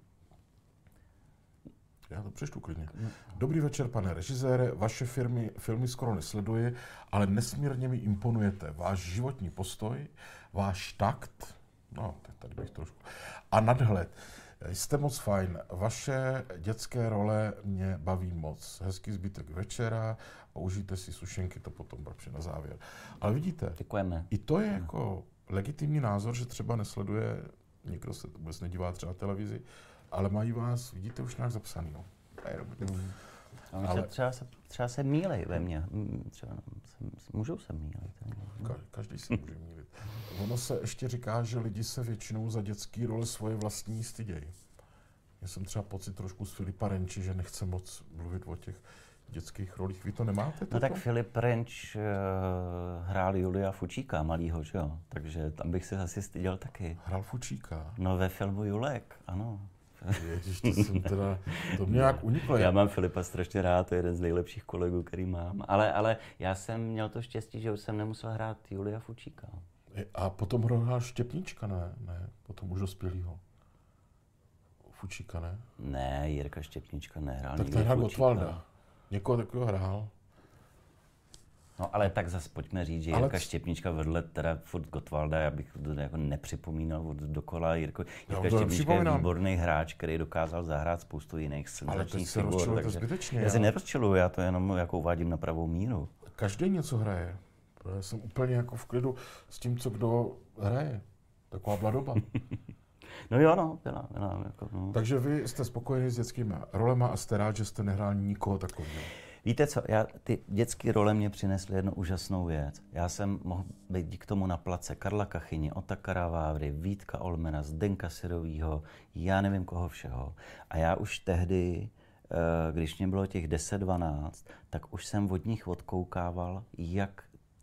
Já to přečtu klidně. Dobrý večer, pane režisére, vaše firmy, filmy skoro nesleduji, ale nesmírně mi imponujete. Váš životní postoj, váš takt, no, tak tady bych trošku, a nadhled. Jste moc fajn. Vaše dětské role mě baví moc. Hezký zbytek večera a užijte si sušenky, to potom bratře na závěr. Ale vidíte, děkujeme. I to je jako legitimní názor, že třeba nesleduje, někdo se vůbec nedívá třeba televizi, ale mají vás, vidíte, už nějak zapsaný. No. Mm. Ale třeba se, třeba se mýlej ve mně. Třeba se, můžou se mýlit. Ka- každý se může mýlit. Ono se ještě říká, že lidi se většinou za dětský role svoje vlastní stydějí. Já jsem třeba pocit trošku z Filipa Renči, že nechce moc mluvit o těch dětských rolích. Vy to nemáte? Toto? No tak Filip Renč uh, hrál Julia Fučíka, malýho, že jo? Takže tam bych se asi styděl taky. Hrál Fučíka? No ve filmu Julek, ano. Ježiš, to jsem teda, to mě nějak uniklo. Já mám Filipa strašně rád, to je jeden z nejlepších kolegů, který mám. Ale, ale já jsem měl to štěstí, že už jsem nemusel hrát Julia Fučíka. A potom hrál Štěpníčka, ne? Ne, potom už dospělýho. Fučíka, ne? Ne, Jirka Štěpníčka nehrál. Tak ten hrál Gottwalda. Někoho takového hrál. No ale tak zase pojďme říct, že ale Jirka Štěpníčka vedle teda furt Gottwalda, já bych to jako nepřipomínal od dokola. Jirko, Jirka Štěpníčka je výborný hráč, který dokázal zahrát spoustu jiných scénářních figur. Zbytečně. Já si nerozčiluju, já to jenom jako uvádím na pravou míru. Každý něco hraje. Já jsem úplně jako v klidu s tím, co kdo hraje. Taková byla doba. No jo, no, byla, byla. Jako, no. Takže vy jste spokojeni s dětskými rolema a jste rád, že jste nehrál nikoho takového. Víte co, já, ty dětské role mě přinesly jednu úžasnou věc. Já jsem mohl být díky tomu na place Karla Kachyni, Otakara Vávry, Vítka Olmena, Zdenka Syrovýho, já nevím koho všeho. A já už tehdy, když mě bylo těch deset dvanáct, tak už jsem od nich odkoukával, jak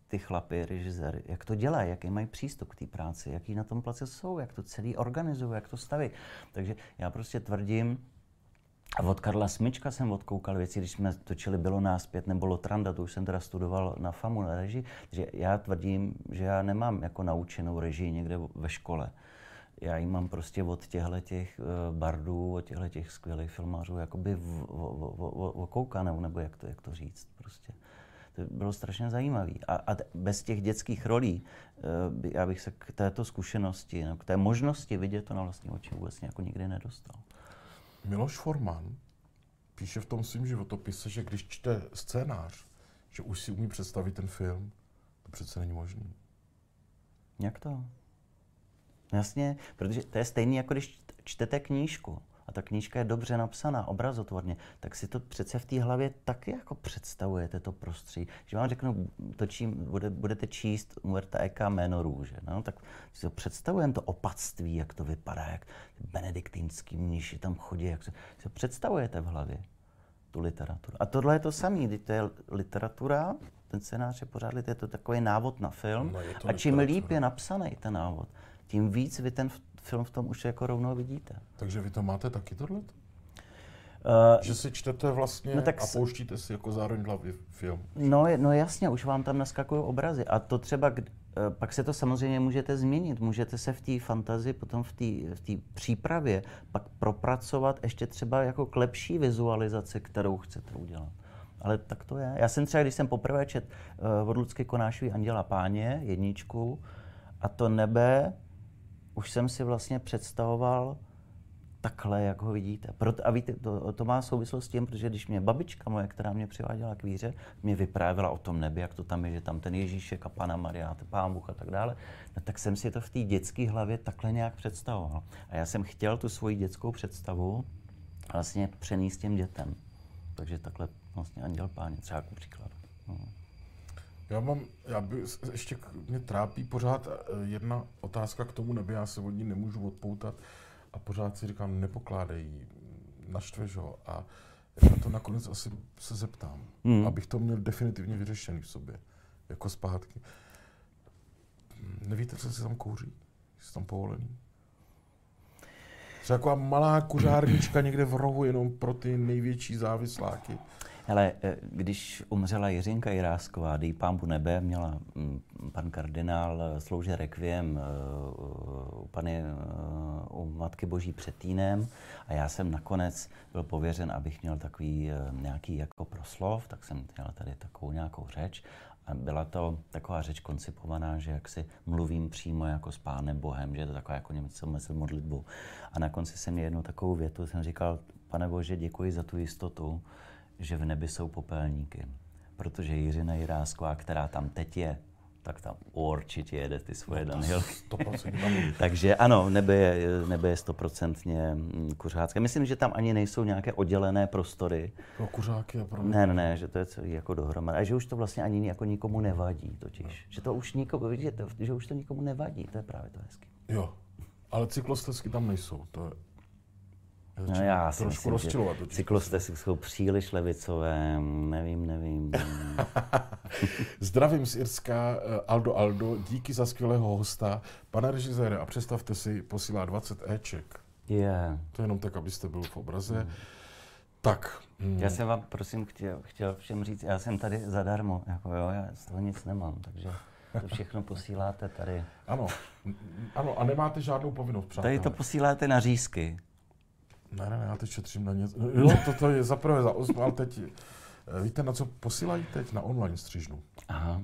ty chlapy, režiséry, jak to dělají, jaký mají přístup k té práci, jaký na tom place jsou, jak to celý organizují, jak to staví. Takže já prostě tvrdím, a od Karla Smyčka jsem odkoukal věci, když jsme točili Bylo nás pět nebo Lotranda, to už jsem teda studoval na FAMu, na režii, že já tvrdím, že já nemám jako naučenou režii někde ve škole. Já ji mám prostě od těchto těch bardů, od těchto těch skvělých filmářů jakoby okoukanou, nebo jak to, jak to říct prostě. To bylo strašně zajímavé. A, a bez těch dětských rolí já bych se k této zkušenosti, no, k té možnosti vidět to na vlastní oči vůbec jako nikdy nedostal. Miloš Forman píše v tom svým životopise, že když čte scénář, že už si umí představit ten film, to přece není možný. Jak to? Jasně, protože to je stejné, jako když čtete knížku a ta knížka je dobře napsaná, obrazotvorně, tak si to přece v té hlavě taky jako představujete to prostředí. Když vám řeknu, točím, bude, budete číst Umberta Eka Jméno růže, no, tak si to představujeme, to opatství, jak to vypadá, jak benediktínský mniši tam chodí, jak se, si to představujete v hlavě, tu literaturu. A tohle je to samé, když to je literatura, ten scénář je pořád, je to takový návod na film, no, a čím líp je napsaný ten návod, tím víc vy ten film v tom už jako rovnou vidíte. Takže vy to máte taky tohle? Uh, že si čtete vlastně no a pouštíte si jako zároveň hlavě film? No, no jasně, už vám tam naskakují obrazy. A to třeba, pak se to samozřejmě můžete změnit. Můžete se v té fantazii, potom v té v té přípravě pak propracovat ještě třeba jako k lepší vizualizaci, kterou chcete udělat. Ale tak to je. Já jsem třeba, když jsem poprvé čet uh, od Lucky Konášové Anděla páně, jedničku, a to nebe, už jsem si vlastně představoval takhle, jak ho vidíte. Proto, a víte, to, to má souvislost s tím, protože když mě babička moje, která mě přiváděla k víře, mě vyprávěla o tom nebi, jak to tam je, že tam ten Ježíšek a Panna Maria, Pán Bůh a tak dále, no, tak jsem si to v té dětské hlavě takhle nějak představoval. A já jsem chtěl tu svoji dětskou představu vlastně přenést těm dětem. Takže takhle vlastně Anděl páně, třeba jako příklad. No. Já mám, já by, ještě mě trápí pořád jedna otázka k tomu nebi, já se od ní nemůžu odpoutat a pořád si říkám, nepokládej, naštveš ho a já to nakonec asi se zeptám, hmm. abych to měl definitivně vyřešený v sobě, jako zpátky. Nevíte, co se tam kouří? Jsi tam povolený? Třeba taková malá kuřárnička někde v rohu jenom pro ty největší závisláky. Hele, když umřela Jiřinka Jirásková, dej pámbu nebe, měla pan kardinál sloužit rekviem u, pany, u Matky Boží před Týnem a já jsem nakonec byl pověřen, abych měl takový nějaký jako proslov, tak jsem měl tady takovou nějakou řeč a byla to taková řeč koncipovaná, že jak si mluvím přímo jako s Pánem Bohem, že je to taková jako něco mezi modlitbou. A na konci jsem měl jednu takovou větu, jsem říkal, Pane Bože, děkuji za tu jistotu, že v nebi jsou popelníky, protože Jiřina Jirásková, která tam teď je, tak tam určitě jede ty svoje no, Danielky. Takže ano, nebe je, nebe je stoprocentně kuřácké. Myslím, že tam ani nejsou nějaké oddělené prostory. No kuřáky a pravda. Ne, ne, ne, že to je celý jako dohromady. A že už to vlastně ani jako nikomu nevadí totiž. No. Že to už nikomu, vidíte, že už to nikomu nevadí, to je právě to hezky. Jo, ale cyklostezky tam nejsou, to je... No já si myslím, že cyklostezky jsou příliš levicové, nevím, nevím. Zdravím z Irska, Aldo Aldo, díky za skvělého hosta. Pane režisére, a představte si, posílá dvacet éček. Yeah. To je jenom tak, abyste byl v obraze. Mm. Tak. Mm. Já jsem vám, prosím, chtěl, chtěl všem říct, já jsem tady zadarmo, jako jo, já z toho nic nemám, takže to všechno posíláte tady. Ano, ano, a nemáte žádnou povinnost, přátelé. Tady to posíláte na řízky. Ne, ne, ne, já teď šetřím na něco. Jo, toto je za prvé za osm, ale teď, víte, na co posílají teď? Na online střižnu. Aha.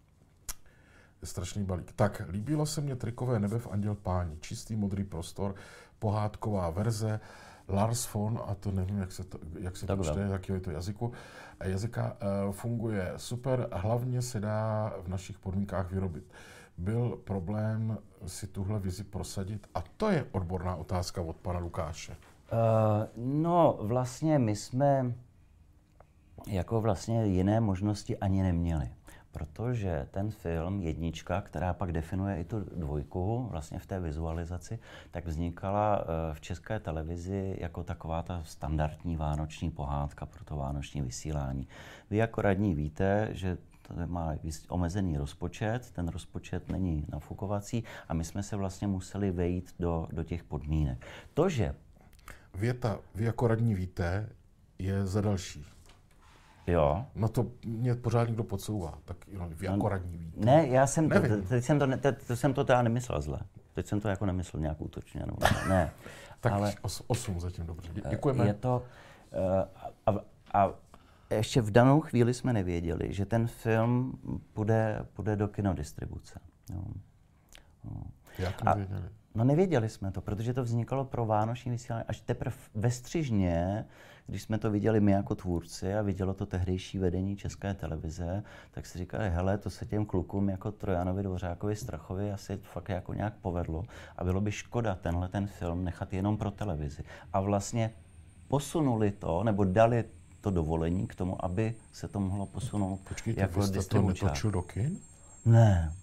Je strašný balík. Tak, líbilo se mně Trikové nebe v Anděl páni. Čistý modrý prostor, pohádková verze, Lars von, a to nevím, jak se to, jak se to čte, jakého je to jazyku. Jazyka uh, funguje super, hlavně se dá v našich podmínkách vyrobit. Byl problém si tuhle vizi prosadit? A to je odborná otázka od pana Lukáše. Uh, no, vlastně my jsme jako vlastně jiné možnosti ani neměli, protože ten film Jednička, která pak definuje i tu dvojku vlastně v té vizualizaci, tak vznikala uh, v České televizi jako taková ta standardní vánoční pohádka pro to vánoční vysílání. Vy jako radní víte, že má omezený rozpočet, ten rozpočet není nafukovací a my jsme se vlastně museli vejít do, do těch podmínek. To, že... Věta, vy jako radní víte, je za další. Jo. No to mě pořád někdo podsouvá, tak jo, vy jako no, radní víte. Ne, já jsem to, teď jsem to, teď, to jsem to teda nemyslel zle. Teď jsem to jako nemyslel nějak útočně, nebo ne. ne. Tak ale os, osm zatím dobře. Děkujeme. Je to... Uh, a, a ještě v danou chvíli jsme nevěděli, že ten film půjde, půjde do kinodistribuce. Jo. No. Jak nevěděli? A, no nevěděli jsme to, protože to vznikalo pro vánoční vysílání až teprve ve Střižně, když jsme to viděli my jako tvůrci a vidělo to tehdejší vedení České televize, tak si říkali, hele, to se těm klukům jako Trojanovi, Dvořákovi, Strachovi asi fakt jako nějak povedlo a bylo by škoda tenhle ten film nechat jenom pro televizi. A vlastně posunuli to, nebo dali to dovolení k tomu, aby se to mohlo posunout. Počkejte, jako vy jste to netočil do kin? Ne.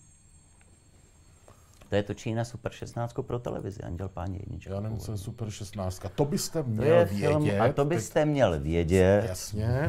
To je točí na Super šestnáct pro televizi, Anděl Páně jednička. Já nevím, co je Super šestnáct. To byste měl to je vědět. Film, a to byste teď... měl vědět. Jasně.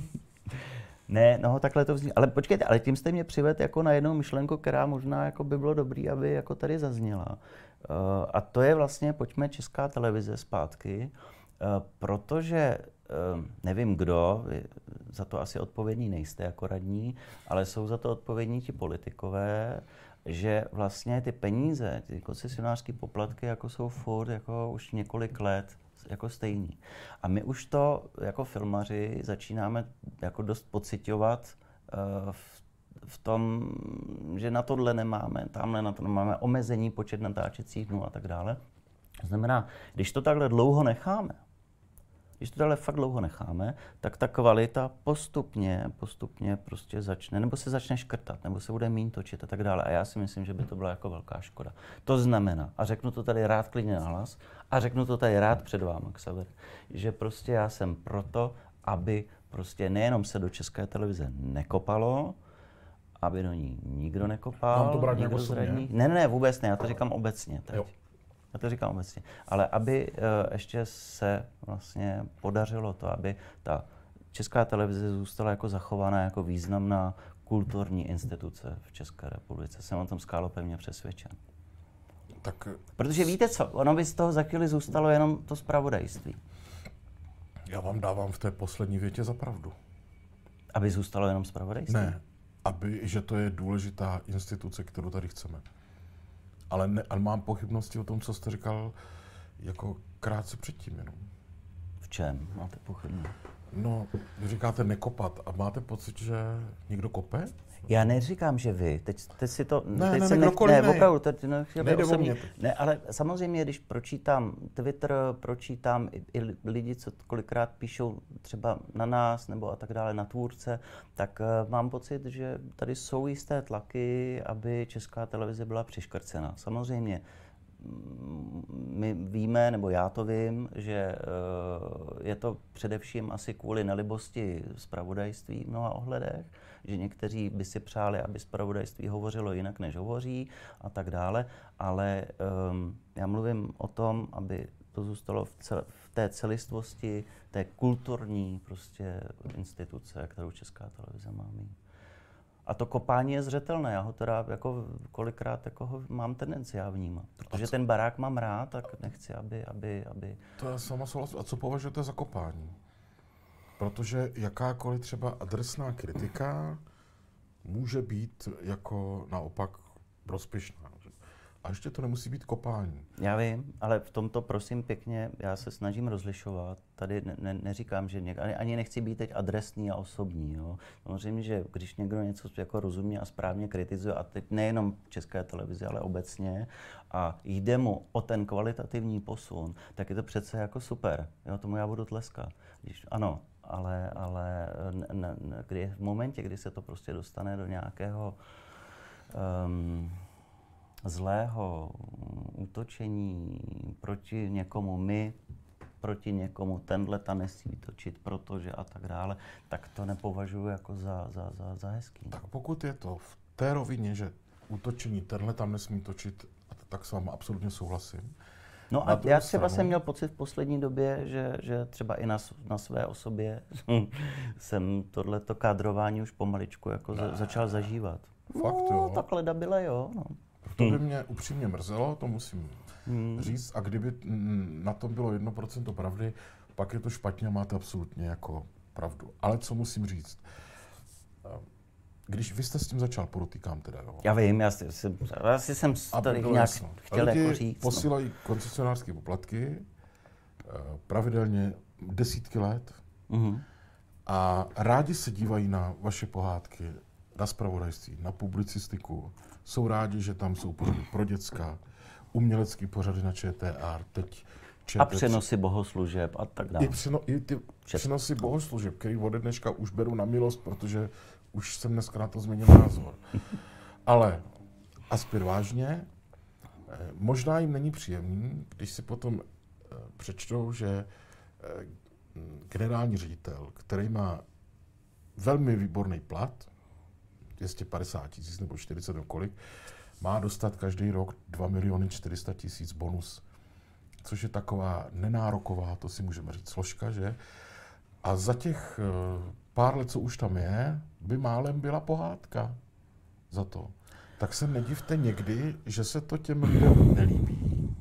Ne, no takhle to vzniklo. Ale počkejte, ale tím jste mě přivedl jako na jednu myšlenku, která možná jako by bylo dobrý, aby jako tady zazněla. Uh, a to je vlastně, pojďme Česká televize zpátky, uh, protože uh, nevím kdo, vy za to asi odpovědní nejste jako radní, ale jsou za to odpovědní ti politikové, že vlastně ty peníze, ty koncesionářské poplatky jako jsou furt jako už několik let jako stejný. A my už to jako filmaři začínáme jako dost pociťovat uh, v, v tom, že na tohle nemáme, tamhle na to nemáme omezení počet natáčecích dnů a tak dále. To znamená, když to takhle dlouho necháme, Když to takhle fakt dlouho necháme, tak ta kvalita postupně, postupně prostě začne, nebo se začne škrtat, nebo se bude míň točit a tak dále. A já si myslím, že by to byla jako velká škoda. To znamená, a řeknu to tady rád klidně nahlas, a řeknu to tady rád před váma, Xaver, že prostě já jsem proto, aby prostě nejenom se do České televize nekopalo, aby do ní nikdo nekopal, Mám to brát nikdo nějak z radních. Ne, ne, ne, vůbec ne, já to říkám obecně teď. Jo. Já to říkám obecně. Ale aby uh, ještě se vlastně podařilo to, aby ta Česká televize zůstala jako zachovaná jako významná kulturní instituce v České republice. Jsem o tom skálopevně přesvědčen. Tak... Protože víte co, ono by z toho za chvíli zůstalo jenom to zpravodajství. Já vám dávám v té poslední větě za pravdu. Aby zůstalo jenom zpravodajství? Ne, aby, že to je důležitá instituce, kterou tady chceme. Ale, ne, ale mám pochybnosti o tom, co jste říkal jako krátce předtím jenom. V čem máte pochybnosti? No, vy říkáte nekopat a máte pocit, že někdo kope? Já neříkám, že vy. Teď, teď si to... Ne, teď ne, se ne, ne, ne, opravdu, teď nechtěl Nejde o mě. Ne, ale samozřejmě, když pročítám Twitter, pročítám i, i lidi, co kolikrát píšou třeba na nás nebo a tak dále, na tvůrce, tak uh, mám pocit, že tady jsou jisté tlaky, aby Česká televize byla přiškrcena. Samozřejmě my víme, nebo já to vím, že uh, je to především asi kvůli nelibosti zpravodajství v mnoha ohledech, že někteří by si přáli, aby zpravodajství hovořilo jinak, než hovoří a tak dále, ale um, já mluvím o tom, aby to zůstalo v, cel, v té celistvosti té kulturní prostě instituce, kterou Česká televize má mít. A to kopání je zřetelné, já ho teda jako kolikrát jako ho mám tendenci já vnímat. Protože ten barák mám rád, tak nechci, aby... aby, aby... To je sama souhlas. A co považujete za kopání? Protože jakákoliv třeba adresná kritika může být jako naopak prospěšná. A ještě to nemusí být kopání. Já vím, ale v tomto prosím pěkně, já se snažím rozlišovat. Tady ne, ne, neříkám, že něk, ani, ani nechci být teď adresný a osobní. Jo. Samozřejmě, že když někdo něco jako rozumně a správně kritizuje, a teď nejenom v České televizi, ale obecně, a jde mu o ten kvalitativní posun, tak je to přece jako super. Jo, tomu já budu tleskat. Když, ano, ale, ale ne, ne, kdy, v momentě, kdy se to prostě dostane do nějakého um, zlého útočení proti někomu, my proti někomu, tenhle ta nesmí točit, protože a tak dále, tak to nepovažuji jako za, za, za, za hezký. Tak pokud je to v té rovině, že útočení tenhle tam nesmí točit, tak s vámi absolutně souhlasím. No a já třeba jsem měl pocit v poslední době, že, že třeba i na, na své osobě jsem tohleto kádrování už pomaličku jako za, začal zažívat. Fakt, no, jo. takhle dabyle, jo. No. To by mě upřímně mrzelo, to musím hmm. říct. A kdyby na tom bylo jedno procento pravdy, pak je to špatně a máte absolutně jako pravdu. Ale co musím říct? Když vy jste s tím začal, podotýkám teda, jo. Já vím, já, si, si, já si jsem tady nějak jasno. chtěl lidi jako říct. posílají no. koncesionářské poplatky pravidelně desítky let mm-hmm. a rádi se dívají na vaše pohádky, na zpravodajství, na publicistiku. Jsou rádi, že tam jsou pořady pro děcka, umělecký pořady na Č T R, teď Č T tři. A přenosy bohoslužeb a tak dále. I, přeno, i ty přenosy bohoslužeb, který ode dneška už beru na milost, protože už jsem dneska na to změnil názor. Ale a zpět vážně, možná jim není příjemný, když si potom přečtou, že generální ředitel, který má velmi výborný plat, dvě stě padesát tisíc nebo čtyřicet do kolik, má dostat každý rok dva miliony čtyři sta tisíc bonus, což je taková nenároková, to si můžeme říct, složka, že? A za těch pár let, co už tam je, by málem byla pohádka za to. Tak se nedivte někdy, že se to těm lidem nelíbí.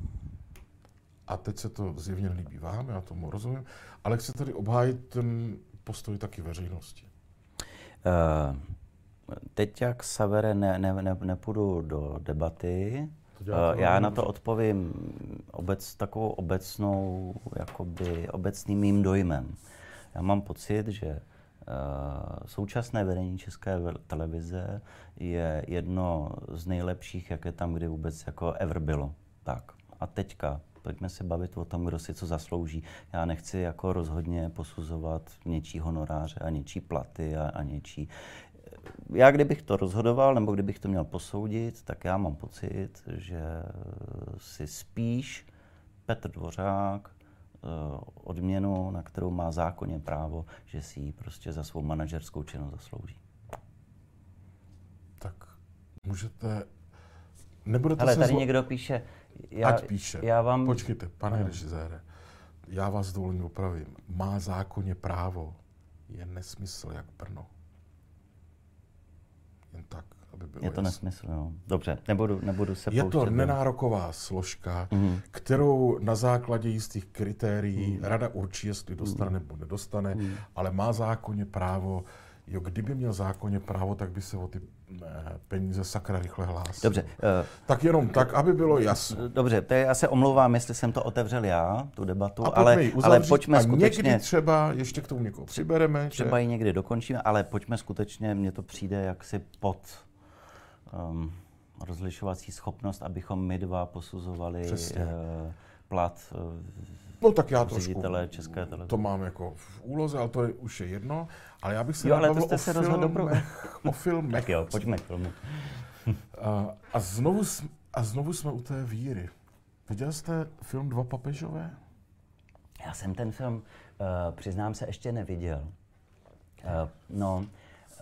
A teď se to zjevně nelíbí vám, já tomu rozumím, ale chci tady obhájit ten postoj taky veřejnosti. Uh, teď, jak Savere, ne, ne, ne, nepůjdu do debaty. Uh, já na to odpovím obec, takovou obecnou, jakoby obecným mým dojmem. Já mám pocit, že Uh, současné vedení České televize je jedno z nejlepších, jaké tam kdy vůbec jako ever bylo. Tak. A teďka, pojďme se bavit o tom, kdo si co zaslouží. Já nechci jako rozhodně posuzovat něčí honoráře a něčí platy a, a něčí... Já kdybych to rozhodoval, nebo kdybych to měl posoudit, tak já mám pocit, že si spíš Petr Dvořák odměnu, na kterou má zákonně právo, že si ji prostě za svou manažerskou činnost zaslouží. Tak můžete... Nebudete Ale se tady zlo... někdo píše... Já, Ať píše. Já vám... Počkejte, pane režisére, já vás dovolím opravím. Má zákonně právo je nesmysl jak Brno. Jen tak, aby bylo Je to jasný. nesmysl, no. Dobře, nebudu, nebudu se Je pouštět. to nenároková složka, mm. kterou na základě jistých kritérií mm. rada určí, jestli dostane mm. nebo nedostane, mm. ale má zákonně právo. Jo, kdyby měl zákonně právo, tak by se o ty ne, peníze sakra rychle hlásil. Dobře. Uh, tak jenom tak, aby bylo jasno. Dobře, to je, já se omlouvám, jestli jsem to otevřel já, tu debatu, ale, ale pojďme a skutečně... někdy třeba, ještě k tomu někoho přibereme. Třeba že? ji někdy dokončíme, ale pojďme skutečně, mně to přijde jaksi pod um, rozlišovací schopnost, abychom my dva posuzovali uh, plat uh, No tak já trošku České televize. To mám jako v úloze, ale to je, už je jedno. Ale já bych se jo, ale to o, se filmech, o filmech. Tak jo, pojďme k filmu. a, a, znovu, a znovu jsme u té víry. Viděl jste film Dva papežové? Já jsem ten film, uh, přiznám se, ještě neviděl. Uh, no, uh,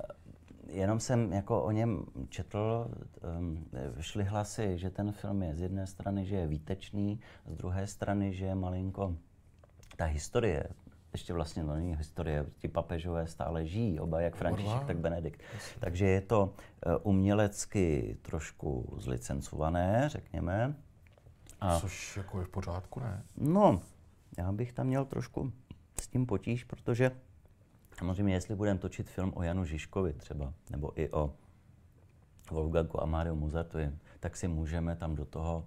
jenom jsem jako o něm četl, um, šly hlasy, že ten film je z jedné strany, že je výtečný, z druhé strany, že je malinko ta historie. Ještě vlastně to není historie, ti papežové stále žijí, oba, jak František, tak Benedikt. Takže je to uh, umělecky trošku zlicencované, řekněme. A což jako je v pořádku, ne? No, já bych tam měl trošku s tím potíž, protože samozřejmě, jestli budeme točit film o Janu Žižkovi třeba, nebo i o Wolfgangu Amadeu Mozartovi, tak si můžeme tam do toho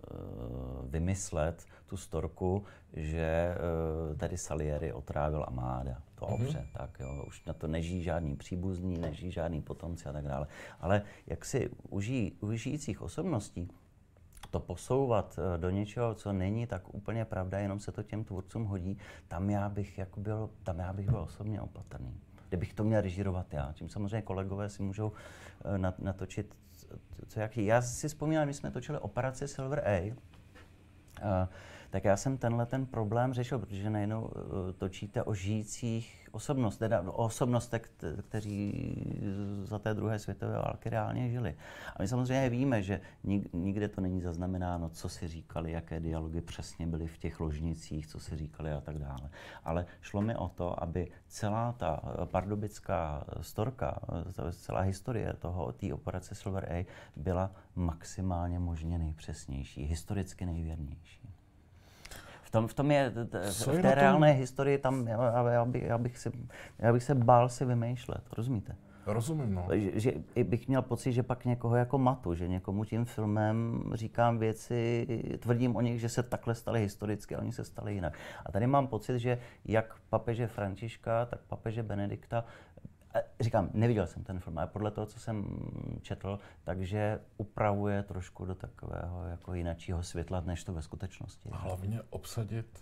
uh, vymyslet tu storku, že uh, tady Salieri otrávil Amáda. Dobře, mm-hmm. tak jo, už na to nežijí žádný příbuzní, nežijí žádný potomci a tak dále. Ale jak si u, žij, u žijících osobností to posouvat do něčeho, co není tak úplně pravda, jenom se to těm tvůrcům hodí, tam já bych, jako byl, tam já bych byl osobně opatrný. Kdybych to měl režírovat já, tím samozřejmě kolegové si můžou natočit, co jak. Já si vzpomínám, my jsme točili Operaci Silver A, tak já jsem tenhle ten problém řešil, protože najednou uh, točíte o žijících osobnostech, teda o osobnostech, kteří za té druhé světové války reálně žili. A my samozřejmě víme, že nik, nikde to není zaznamenáno, co si říkali, jaké dialogy přesně byly v těch ložnicích, co si říkali a tak dále. Ale šlo mi o to, aby celá ta pardubická storka, celá historie toho, té operace Silver A byla maximálně možně nejpřesnější, historicky nejvěrnější. V tom, v tom je, v, v té reálné historii, tam já, já, by, já, bych si, já bych se bál si vymýšlet, rozumíte? Rozumím, no. Že, že bych měl pocit, že pak někoho jako matu, že někomu tím filmem říkám věci, tvrdím o nich, že se takhle staly historicky a oni se stali jinak. A tady mám pocit, že jak papeže Františka, tak papeže Benedikta, říkám, neviděl jsem ten film, ale podle toho, co jsem četl, takže upravuje trošku do takového jako jinačího světla, než to ve skutečnosti. A hlavně obsadit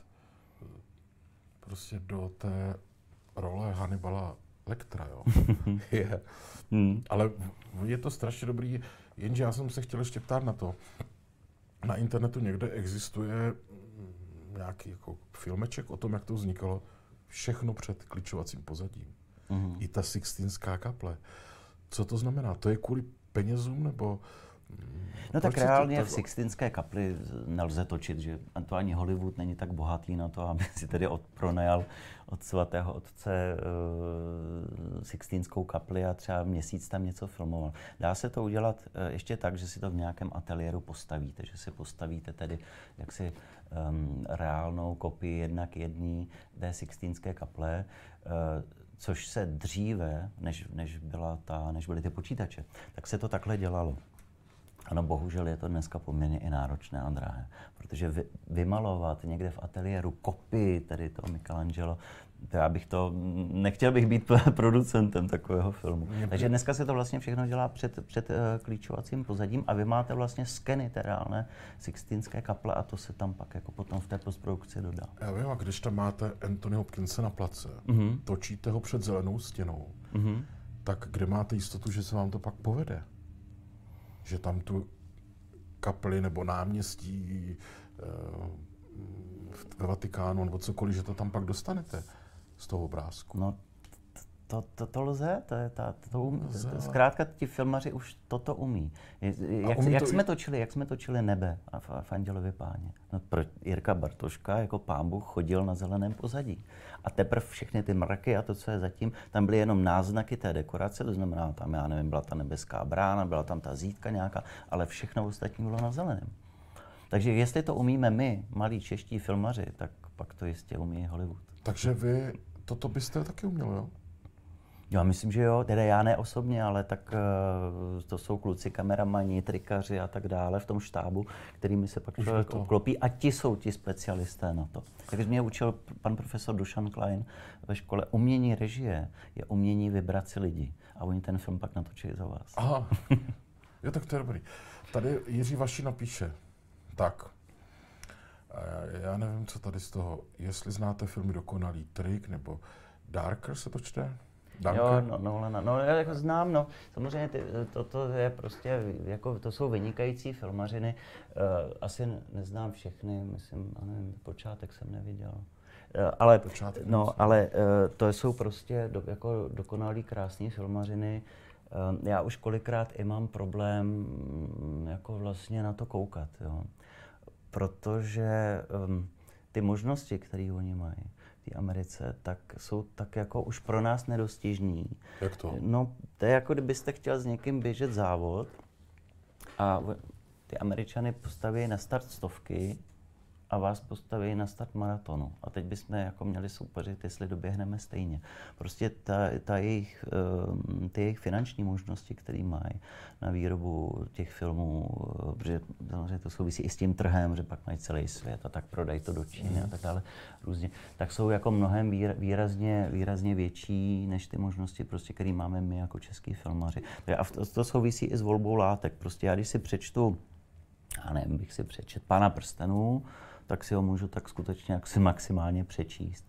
prostě do té role Hannibala Lectera, jo. je. Hmm. Ale je to strašně dobrý, jenže já jsem se chtěl ještě ptát na to. Na internetu někde existuje nějaký jako filmeček o tom, jak to vznikalo, všechno před kličovacím pozadím. Mm-hmm. I ta Sixtínská kaple. Co to znamená? To je kvůli penězům, nebo... No tak reálně to, to... v Sixtínské kapli nelze točit, že to ani Hollywood není tak bohatý na to, aby si tedy odpronajal od svatého otce uh, Sixtínskou kapli a třeba měsíc tam něco filmoval. Dá se to udělat uh, ještě tak, že si to v nějakém ateliéru postavíte, že si postavíte tedy jaksi um, reálnou kopii jednak jedný té Sixtínské kaple, uh, což se dříve, než, než, byla ta, než byly ty počítače, tak se to takhle dělalo. Ano, bohužel je to dneska poměrně i náročné a drahé, protože vy, vymalovat někde v ateliéru kopii tedy toho Michelangelo, to já bych to, nechtěl bych být producentem takového filmu. Takže dneska se to vlastně všechno dělá před, před uh, klíčovacím pozadím a vy máte vlastně skeny té reálné Sixtínské kaple a to se tam pak jako potom v té postprodukci dodá. Já vím, a když tam máte Anthony Hopkinse na place, mm-hmm. točíte ho před zelenou stěnou, mm-hmm. tak kde máte jistotu, že se vám to pak povede? Že tam tu kapli nebo náměstí ve Vatikánu nebo cokoliv, že to tam pak dostanete z toho obrázku. No, to, to, to lze, to je ta, to umí. Zkrátka ti filmaři už toto umí. Jak, umí jak, to jsme točili, jak jsme točili Nebe a v, v Andělově páně. No, pro Jirka Bartoška jako Pán Bůh chodil na zeleném pozadí. A teprve všechny ty mraky a to, co je zatím, tam byly jenom náznaky té dekorace, to znamená, tam, já nevím, byla ta nebeská brána, byla tam ta zítka nějaká, ale všechno ostatní bylo na zeleném. Takže jestli to umíme my, malí čeští filmaři, tak pak to jistě umí Hollywood. Takže vy toto byste taky uměl, jo? Já myslím, že jo, teda já ne osobně, ale tak uh, to jsou kluci, kameramani, trikaři a tak dále v tom štábu, kterými se pak člověk obklopí a ti jsou ti specialisté na to. Takže mě učil pan profesor Dušan Klein ve škole, umění režie je umění vybrat si lidi a oni ten film pak natočí za vás. Aha, jo, tak to je dobrý. Tady Jiří Vaši napíše, tak, já nevím, co tady z toho, jestli znáte filmy Dokonalý trik nebo Darker se to čte? Danke. Jo, no, no, no, no, já jako znám, no, samozřejmě ty, to, to je prostě, jako, to jsou vynikající filmařiny, uh, asi neznám všechny, myslím, nevím, počátek jsem neviděl, uh, ale, počátek no, ale uh, to jsou prostě do, jako dokonalý krásný filmařiny, uh, já už kolikrát i mám problém jako vlastně na to koukat, jo, protože um, ty možnosti, které oni mají, v Americe, tak jsou tak jako už pro nás nedostižní. Jak to? No, to je jako kdybyste chtěl s někým běžet závod a ty Američany postaví na start stovky a vás postaví na start maratonu. A teď bychom jako měli soupeřit, jestli doběhneme stejně. Prostě ta, ta jejich, ty jejich finanční možnosti, které mají na výrobu těch filmů, protože samozřejmě to souvisí i s tím trhem, že pak mají celý svět a tak prodají to do Číny mm. a tak dále různě, tak jsou jako mnohem výrazně, výrazně větší než ty možnosti, prostě, které máme my jako český filmaři. A to, to souvisí i s volbou látek. Prostě já když si přečtu, já nevím, bych si přečet Pána prstenů, tak si ho můžu tak skutečně jak si maximálně přečíst.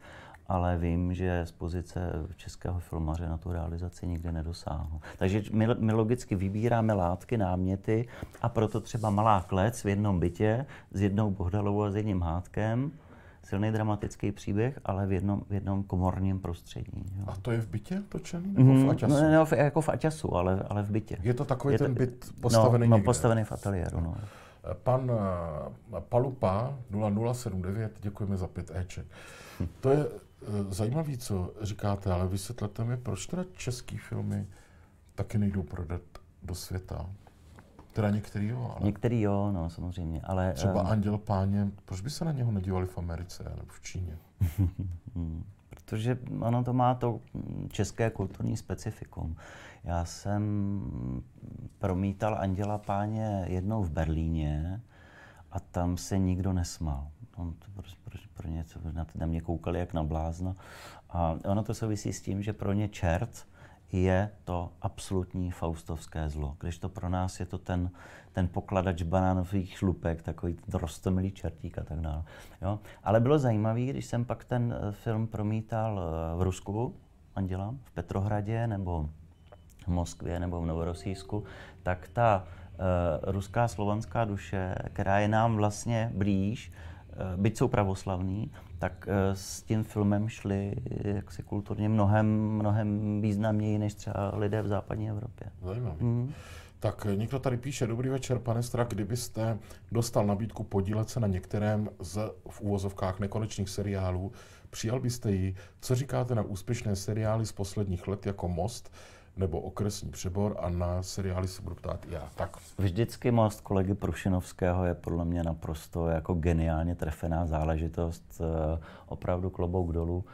ale vím, že z pozice českého filmaře na tu realizaci nikdy nedosáhnu. Takže my, my logicky vybíráme látky, náměty a proto třeba Malá klec v jednom bytě s jednou Bohdalovou a s jedním Hádkem, silný dramatický příběh, ale v jednom, v jednom komorním prostředí. Jo. A to je v bytě točený? Nebo v Aťasu? No, no, jako v Aťasu, ale, ale v bytě. Je to takový je ten to, byt postavený no, někde? No, postavený v ateliéru, no. Pan uh, Palupa nula nula sedm devět, děkujeme za pět éček. Hm. To je uh, zajímavé, co říkáte, ale vysvětlete mi, proč teda český filmy taky nejdou prodat do světa? Teda některý jo, ale... Některý jo, no samozřejmě, ale... Třeba um... Anděl páně, proč by se na něho nedívali v Americe nebo v Číně? Protože ono to má to české kulturní specifikum. Já jsem promítal Anděla páně jednou v Berlíně a tam se nikdo nesmál. On to pro, pro, pro něco, na mě koukali jak na blázna. A ono to souvisí s tím, že pro ně čert je to absolutní faustovské zlo. Když to pro nás je to ten, ten pokladač banánových šlupek, takový roztomilý čertík a tak dále. Jo? Ale bylo zajímavé, když jsem pak ten film promítal v Rusku, Anděla, v Petrohradě nebo v Moskvě nebo v Novorosijsku, tak ta uh, ruská slovanská duše, která je nám vlastně blíž, uh, byť jsou pravoslavní, tak uh, s tím filmem šli jaksi kulturně mnohem, mnohem významněji než třeba lidé v západní Evropě. Zajímavé. Hmm. Tak někdo tady píše, dobrý večer, pane Strach, kdybyste dostal nabídku podílet se na některém z v úvozovkách nekonečných seriálů, přijal byste ji? Co říkáte na úspěšné seriály z posledních let jako Most nebo Okresní přebor a na seriály se budu ptát já. Tak. Vždycky Most kolegy Prušinovského je podle mě naprosto jako geniálně trefená záležitost, opravdu klobouk dolů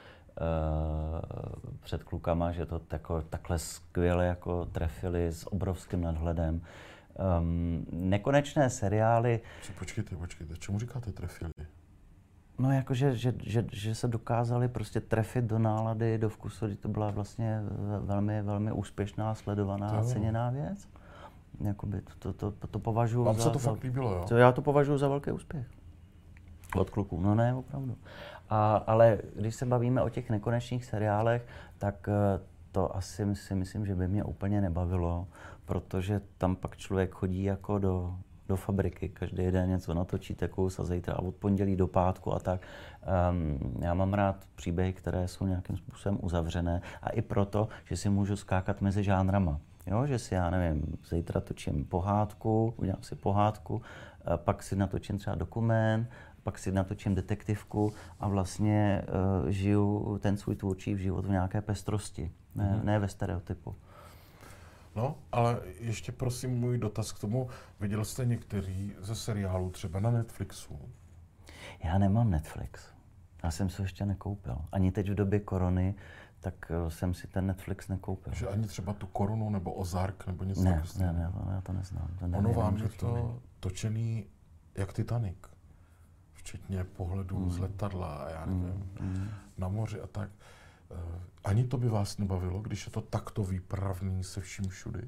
před klukama, že to tako, takhle skvěle jako trefili s obrovským nadhledem. Um, nekonečné seriály... Počkejte, počkejte, čemu říkáte trefili? No jakože, že, že, že se dokázali prostě trefit do nálady, do vkusu, to byla vlastně velmi, velmi úspěšná, sledovaná a ceněná věc. Jakoby to, to, to, to považuji Vám za... se to fakt líbilo, jo? To, já to považuji za velký úspěch. Od kluků, no ne, opravdu. A, ale když se bavíme o těch nekonečných seriálech, tak to asi si myslím, že by mě úplně nebavilo, protože tam pak člověk chodí jako do, do fabriky, každý den něco natočíte kus a zítra a od pondělí do pátku a tak. Um, já mám rád příběhy, které jsou nějakým způsobem uzavřené a i proto, že si můžu skákat mezi žánrama. Jo, že si, já nevím, zítra točím pohádku, udělám si pohádku, pak si natočím třeba dokument, pak si natočím detektivku a vlastně uh, žiju ten svůj tvůrčí život v nějaké pestrosti, ne, mm. ne ve stereotypu. No, ale ještě prosím můj dotaz k tomu. Viděl jste některý ze seriálů třeba na Netflixu? Já nemám Netflix. Já jsem se ještě nekoupil. Ani teď v době korony, tak jsem si ten Netflix nekoupil. Že ani třeba tu Korunu nebo Ozark nebo něco ne, takového? Ne, ne, já to neznám. To ono vám je to točený jak Titanic. Včetně pohledu mm. z letadla a já nevím, mm. na moři a tak. Ani to by vás nebavilo, když je to takto výpravný se vším všudy?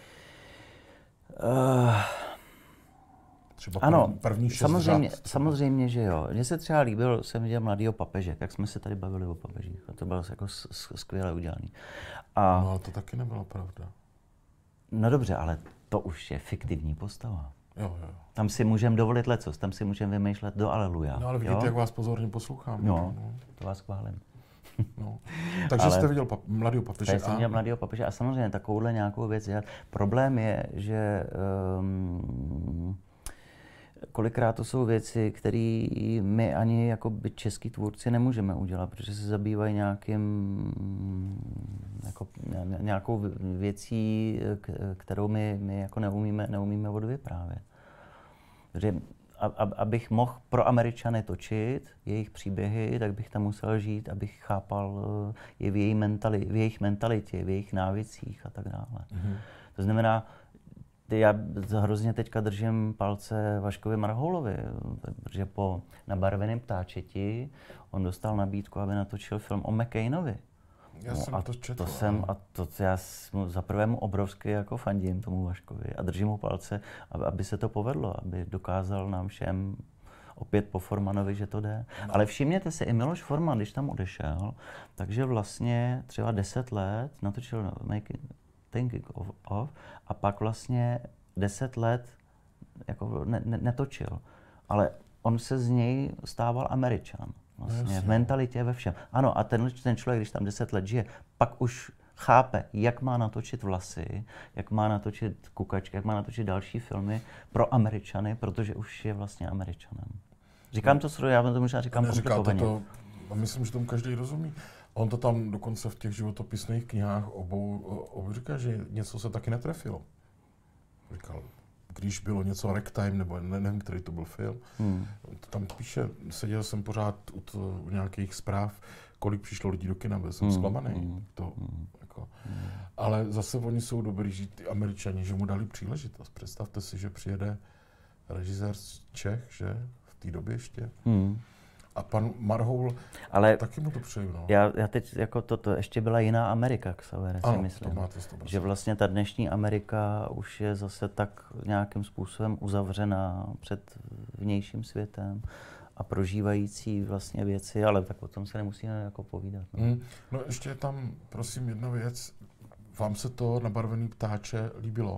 Uh, třeba ano, první, první šest samozřejmě, řad, samozřejmě, že jo. Mně se třeba líbil, jsem viděl Mladýho papeže, jak jsme se tady bavili o papežích. A to bylo jako skvěle udělané. A, no ale to taky nebyla pravda. No dobře, ale to už je fiktivní postava. Jo, jo. Tam si můžeme dovolit lecos, tam si můžeme vymýšlet do aleluja. No ale vidíte, jo? jak vás pozorně poslouchám. No, no. To vás chválím. No. Takže ale jste viděl pap- Mladýho papeže. Já jsem viděl Mladýho papeže a samozřejmě takovouhle nějakou věc dělat. Problém je, že um, kolikrát to jsou věci, které my ani jako by český tvůrci nemůžeme udělat, protože se zabývají nějakým, jako, nějakou věcí, kterou my, my jako neumíme, neumíme odvyprávět. Takže abych mohl pro Američany točit jejich příběhy, tak bych tam musel žít, abych chápal je v, její mentali, v jejich mentalitě, v jejich návycích a tak dále. Mm-hmm. To znamená, já hrozně teďka držím palce Vaškovi Marhoulovi, protože po Nabarveném ptáčeti on dostal nabídku, aby natočil film o McCainovi. Já no jsem a to četl. To jsem, a to já za prvé mu obrovsky jako fandím tomu Vaškovi a držím mu palce, aby, aby se to povedlo, aby dokázal nám všem opět po Formanovi, že to jde. No. Ale všimněte si, i Miloš Forman, když tam odešel, takže vlastně třeba deset let natočil Making, Thinking of, of a pak vlastně deset let jako ne, ne, netočil. Ale on se z něj stával Američan. Vlastně v mentalitě, ve všem. Ano, a ten, ten člověk, když tam deset let žije, pak už chápe, jak má natočit Vlasy, jak má natočit Kukačky, jak má natočit další filmy pro Američany, protože už je vlastně Američanem. Říkám to, já to možná říkám komplikovaně. To, to, myslím, že tomu každý rozumí. On to tam dokonce v těch životopisných knihách obou, obou říká, že něco se taky netrefilo. Říkal, když bylo něco Ragtime, nebo ne, nevím, který to byl film, hmm. to tam píše, seděl jsem pořád u, to, u nějakých zpráv, kolik přišlo lidí do kina, byl jsem hmm. zklamaný. Hmm. To, hmm. Jako. Hmm. Ale zase oni jsou dobrý, že ty Američani, že mu dali příležitost. Představte si, že přijede režisér z Čech, že v té době ještě. Hmm. A pan Marhoul, ale taky mu to přeju, no. Já, já teď, jako toto, ještě byla jiná Amerika, Xavere, si myslím. To máte sto procent. Že vlastně ta dnešní Amerika už je zase tak nějakým způsobem uzavřená před vnějším světem a prožívající vlastně věci, ale tak o tom se nemusíme jako povídat. No, hmm. no ještě je tam, prosím, jedna věc. Vám se to Nabarvený ptáče líbilo?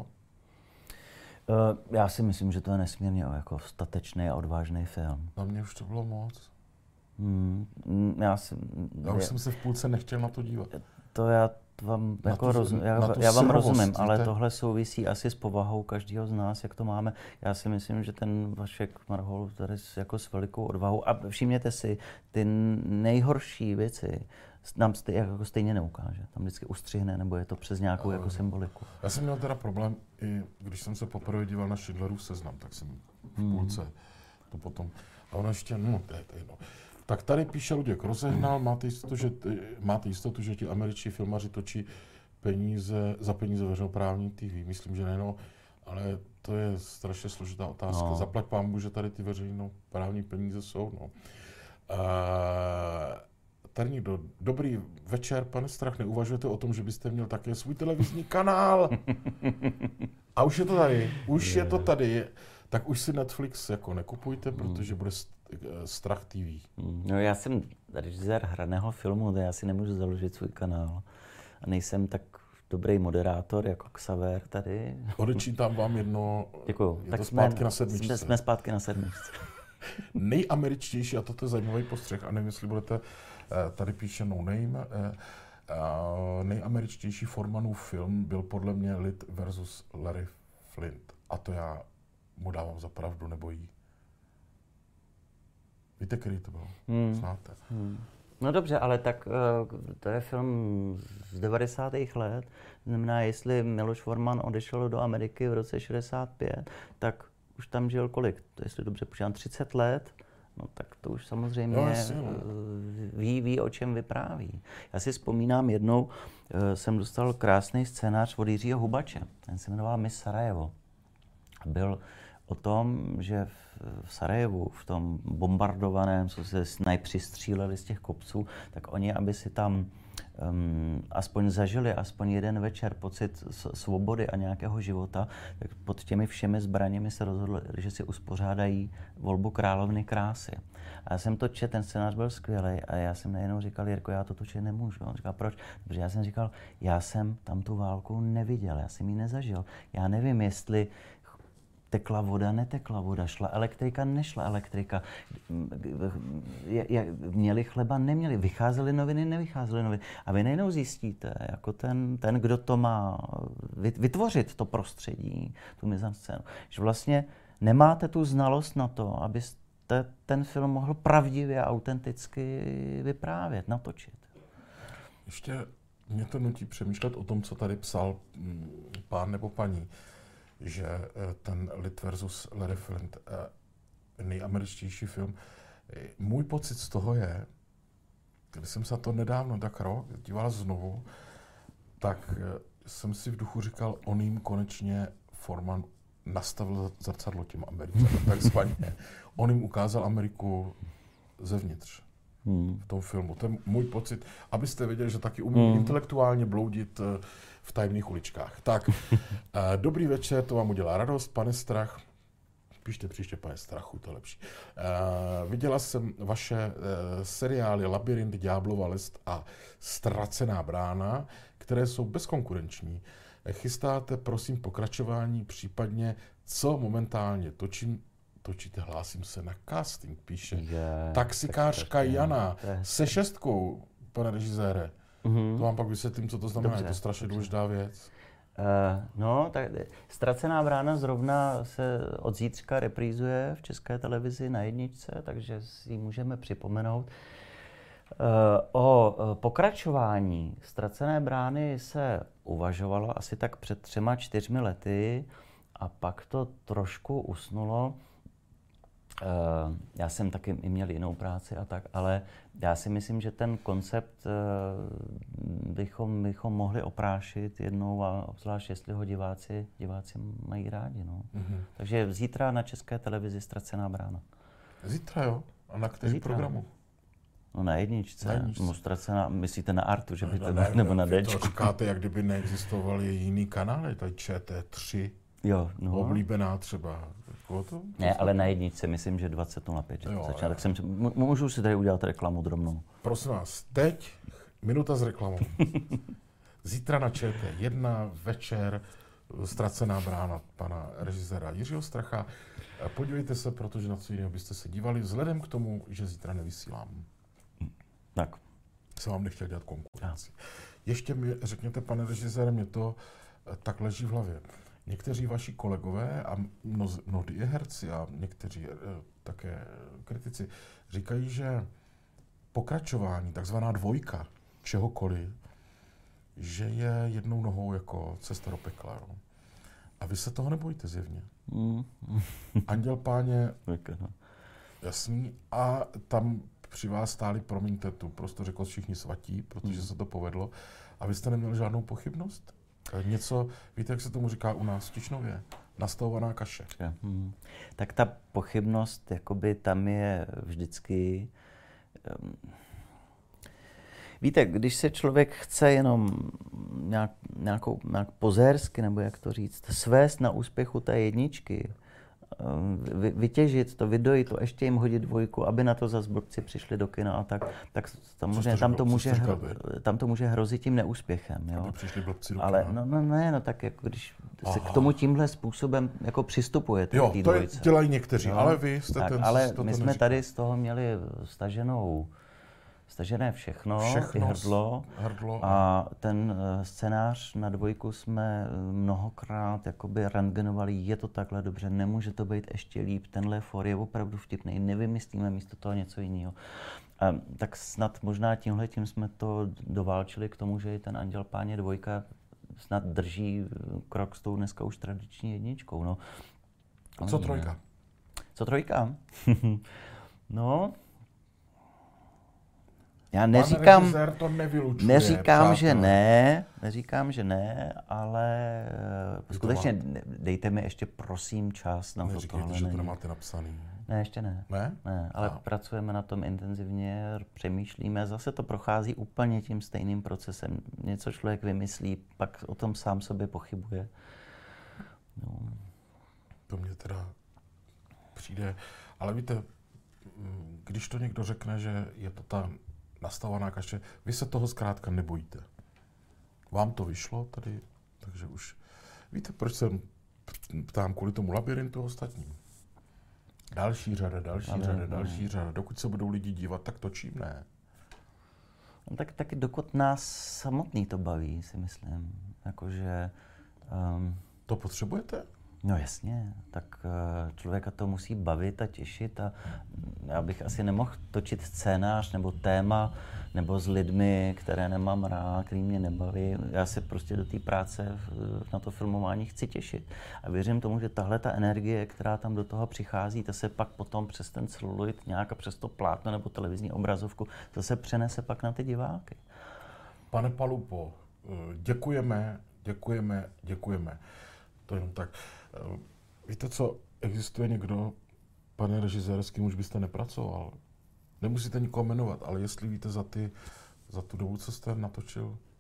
Uh, já si myslím, že to je nesmírně jako statečný a odvážný film. Na mě už to bylo moc. Hmm, já, si, já už je, jsem se v půlce nechtěl na to dívat. To já vám, jako roz, já, já vám rozumím, ale víte? Tohle souvisí asi s povahou každého z nás, jak to máme. Já si myslím, že ten Vašek Marhoul tady jako s velikou odvahou, a všimněte si, ty nejhorší věci nám stej, jako stejně neukáže. Tam vždycky ustřihne, nebo je to přes nějakou uh, jako symboliku. Já jsem měl teda problém, i když jsem se poprvé díval na Schindlerův seznam, tak jsem v půlce hmm. to potom, a ono ještě, no, to je to jedno. Tak tady píše Luděk Rozehnal, máte jistotu, že, máte jistotu, že ti američtí filmaři točí peníze, za peníze veřejnoprávní T V. Myslím, že ne, no, ale to je strašně složitá otázka. No. Zaplať pánbůh, že tady ty veřejnoprávní peníze jsou. No. Uh, tady někdo, dobrý večer, pane Strach, neuvažujete o tom, že byste měl také svůj televizní kanál? A už je to tady, už je to tady. Tak už si Netflix jako nekupujte, protože bude Strach T V. No já jsem režisér hraného filmu, já si nemůžu založit svůj kanál. A nejsem tak dobrý moderátor jako Xaver tady. Odečítám vám jedno, děkuju. je tak to jsme, zpátky na sedmičce. Jsme, jsme zpátky na sedmičce. Nejameričtější, a toto je zajímavý postřeh, a nevím, jestli budete, tady píše No Name, nejameričtější Formanův film byl podle mě Lid versus Larry Flint. A to já mu dávám za pravdu, nebo jí. Víte, který to byl? Hmm. Znáte? Hmm. No dobře, ale tak uh, to je film z devadesátých let. Znamená, jestli Miloš Forman odešel do Ameriky v roce šedesát pět, tak už tam žil kolik? To jestli dobře počítám, třicet let. No tak to už samozřejmě no, jasně, no. ví, ví, o čem vypráví. Já si vzpomínám, jednou uh, jsem dostal krásný scénář od Jiřího Hubače. Ten se jmenoval Miss Sarajevo. Byl o tom, že v Sarajevu, v tom bombardovaném, co se najpřistříleli z těch kopců, tak oni, aby si tam um, aspoň zažili, aspoň jeden večer pocit svobody a nějakého života, tak pod těmi všemi zbraněmi se rozhodli, že si uspořádají volbu královny krásy. A já jsem to četl, ten scénář byl skvělý a já jsem najednou říkal, Jirko, já to točit nemůžu. On říkal, proč? Protože já jsem říkal, já jsem tam tu válku neviděl, já jsem ji nezažil. Já nevím, jestli tekla voda, netekla voda, šla elektrika, nešla elektrika, je, je, měli chleba, neměli, vycházely noviny, nevycházely noviny. A vy najednou zjistíte, jako ten, ten, kdo to má vytvořit, to prostředí, tu mizanscénu, že vlastně nemáte tu znalost na to, abyste ten film mohl pravdivě a autenticky vyprávět, natočit. Ještě mě to nutí přemýšlet o tom, co tady psal pán nebo paní, že ten Lid versus Larry Flint, nejameričtější film. Můj pocit z toho je, když jsem se to nedávno tak rok díval znovu, tak jsem si v duchu říkal, on jim konečně Forman nastavil zrcadlo těm Američanům, takzvaně. On jim ukázal Ameriku zevnitř. Hmm. V tom filmu. To je můj pocit, abyste věděli, že taky umím hmm. intelektuálně bloudit v tajemných uličkách. Tak, dobrý večer, to vám udělá radost, pane Strach. Píšte příště, pane Strachu, to je lepší. Uh, viděla jsem vaše uh, seriály Labyrint, Ďáblova lest a Ztracená brána, které jsou bezkonkurenční. Chystáte, prosím, pokračování, případně co momentálně točím, točíte, hlásím se na casting, píše. Je, Taxikářka tak, Jana je. se šestkou, pane režisére. Mm-hmm. To vám pak vysvětlím, co to znamená, Dobře, je to strašně dobře. důležitá věc. Uh, no, tak Ztracená brána zrovna se od zítřka reprízuje v České televizi na jedničce, takže si ji můžeme připomenout. Uh, o pokračování Ztracené brány se uvažovalo asi tak před třema, čtyřmi lety a pak to trošku usnulo. Uh, já jsem taky i měl jinou práci a tak, ale já si myslím, že ten koncept uh, bychom, bychom mohli oprášit jednou a obzvlášť, jestli ho diváci, diváci mají rádi. No. Mm-hmm. Takže zítra na České televizi Ztracená brána. Zítra, jo? A na který Zítra. programu? No na jedničce. Na jedničce. No, Ztracená, myslíte na Artu, že by No, to ne, nebo na vy Déčku? to říkáte, jak kdyby neexistovaly jiný kanály, tady Č T tři, Jo, no. oblíbená třeba. To, to Ne, ale na jedničce, myslím, že dvacet nula pět, že to Jo, začíná. jo. Tak jsem, m- můžu si tady udělat reklamu drobnou. Prosím vás, teď minuta s reklamou. Zítra na Č T jedna večer Ztracená brána pana režiséra Jiřího Stracha. Podívejte se, protože na co jiného byste se dívali, vzhledem k tomu, že zítra nevysílám. Tak. Jsem vám nechtěl dělat konkurenci. Ještě mi řekněte, pane režisére, mě to eh, tak leží v hlavě. Někteří vaši kolegové a mnoz, mnohdy je herci a někteří eh, také kritici říkají, že pokračování, takzvaná dvojka čehokoliv, že je jednou nohou jako cesta do pekla. Jo. A vy se toho nebojíte zjevně. Mm. Anděl Páně, no. jasný, a tam při vás stáli, promiňte tu, prostě řekl všichni svatí, protože Hmm. se to povedlo. A vy jste neměli žádnou pochybnost? Něco, víte, jak se tomu říká u nás v Tišnově? Nastavovaná kaše. Hmm. Tak ta pochybnost, jakoby tam je vždycky... Um, víte, když se člověk chce jenom nějak, nějakou, nějak pozérsky, nebo jak to říct, svést na úspěchu té jedničky, vy, vytěžit to, vydojit to, ještě jim hodit dvojku, aby na to zas blbci přišli do kina a tak, tak samozřejmě tam to, může, hro, tam to může hrozit tím neúspěchem. Jo? Aby přišli blbci do Ale kina. no, no ne, no tak jako když Aha. se k tomu tímhle způsobem jako přistupujete Jo, k té to je, dvojce. dělají někteří, Jo? ale vy jste tak, ten, ale to my to jsme neříká. tady z toho měli staženou stažené všechno, Všechno, i hrdlo, hrdlo a ten scénář na dvojku jsme mnohokrát jakoby rentgenovali, je to takhle dobře, nemůže to být ještě líp, tenhle for je opravdu vtipný, nevymyslíme místo toho něco jiného. A tak snad možná tímhletím jsme to doválčili k tomu, že i ten Anděl Páně dvojka snad drží krok s tou dneska už tradiční jedničkou. No. Co trojka? Co trojka? No, já neříkám, to nevylučuje, neříkám, přátelé. že ne, neříkám, že ne, ale uh, skutečně má... dejte mi ještě prosím čas na to. Neříkejte, že to nemáte napsaný. Ne, ještě ne. Ne? Ne, ale A. pracujeme na tom intenzivně, přemýšlíme, zase to prochází úplně tím stejným procesem. Něco člověk vymyslí, pak o tom sám sobě pochybuje. No. To mě teda přijde, ale víte, když to někdo řekne, že je to ta nastavená kaše, vy se toho zkrátka nebojíte. Vám to vyšlo tady, takže už víte, proč se ptám kvůli tomu labirintu ostatním. Další řada, další ale, řada, další řada. Dokud se budou lidi dívat, tak točím, ne? No, tak taky dokud nás samotný to baví, si myslím. Jakože... Um, to potřebujete? No jasně, tak uh, člověka to musí bavit a těšit a já bych asi nemohl točit scénář nebo téma nebo s lidmi, které nemám rád, který mě nebaví. Já se prostě do té práce na to filmování chci těšit. A věřím tomu, že tahle ta energie, která tam do toho přichází, ta se pak potom přes ten celuloid nějak a přes to plátno nebo televizní obrazovku zase přenese pak na ty diváky. Pane Palupo, děkujeme, děkujeme, děkujeme. To jenom tak. Víte co, existuje někdo, pane režisér, s kým už byste nepracoval? Nemusíte nikoho jmenovat, ale jestli víte za, ty, za tu dobu, co jste natočil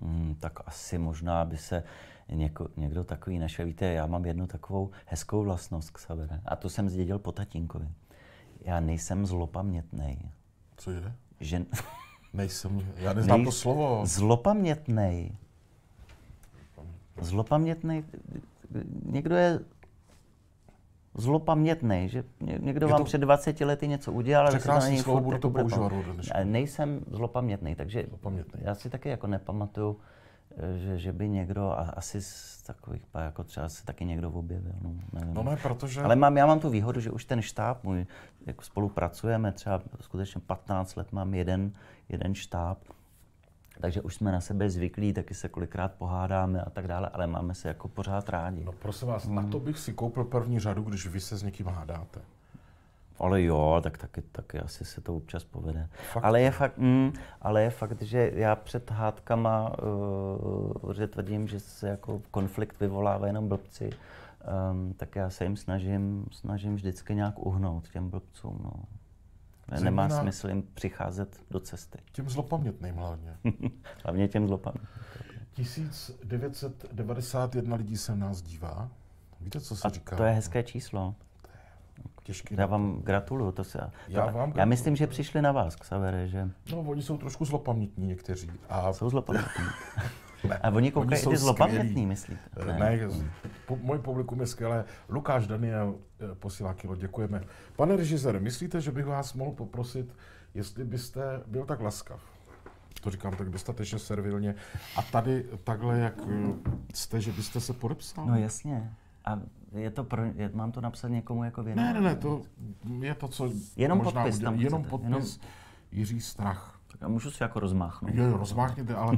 Hmm, tak asi možná by se něko, někdo takový našel. Víte, já mám jednu takovou hezkou vlastnost, Xavere, a to jsem zdědil po tatínkovi. Já nejsem zlopamětnej. Cože? Že... Nejsem, já neznám Nej... to slovo. Zlopamětnej. Zlopamětnej, někdo je zlopamětnej, že někdo vám to... před dvaceti lety něco udělal, ale se na něj slovo, budu to používat. Nejsem zlopamětnej, takže zlopamětnej. Já si taky jako nepamatuju, že, že by někdo, a asi z takových, jako třeba si taky někdo objevil, no, nevím. No ne, protože... Ale mám, já mám tu výhodu, že už ten štáb můj, jako spolupracujeme, třeba skutečně patnáct let mám jeden, jeden štáb, takže už jsme na sebe zvyklí, taky se kolikrát pohádáme a tak dále, ale máme se jako pořád rádi. No prosím vás, hmm. na to bych si koupil první řadu, když vy se s někým hádáte. Ale jo, tak taky, taky asi se to občas povede. Fakt? Ale je fakt, mm, ale je fakt, že já před hádkama uh, že tvrdím, že se jako konflikt vyvolává jenom blbci, um, tak já se jim snažím, snažím vždycky nějak uhnout těm blbcům. No. Nemá smysl jim přicházet do cesty. Těm zlopamětným hlavně. Hlavně těm zlopamětným. tisíc devět set devadesát jedna lidí se nás dívá. Víte, co se a říká? To je hezké číslo. Těžký. Já vám gratuluju. To se, to, já, vám gratuluju. Já myslím, že přišli na vás, Xavere, že... No, oni jsou trošku zlopamětní někteří. A... Jsou zlopamětní. Ne, a oni koukají ty zlopamětní, myslíte? Ne, ne po, můj publikum je skvělé. Lukáš Daniel posílá kilo, děkujeme. Pane režisére, myslíte, že bych vás mohl poprosit, jestli byste byl tak laskav? To říkám tak dostatečně servilně. A tady takhle, jak jste, že byste se podepsal? No jasně. A je to pro, je, mám to napsat někomu jako věnovat? Ne, ne, ne, to je to, co jenom možná podpis, udělá, tam jenom podpis jenom... Jiří Strach. Tak a můžu si jako rozmáchnout. Jo, jo, rozmáchněte, ale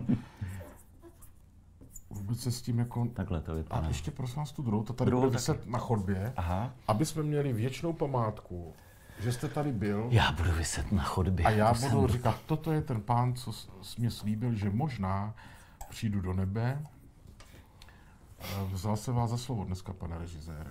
vůbec se s tím jako... Takhle to vypadá. A ještě prosím vás tu druhou, to tady bude vyset na chodbě, Aha. aby jsme měli věčnou památku, že jste tady byl. Já budu vyset na chodbě. A já budu jsem... říkat, toto je ten pán, co jsi mě slíbil, že možná přijdu do nebe. Vzal se vás za slovo dneska, pane režisére.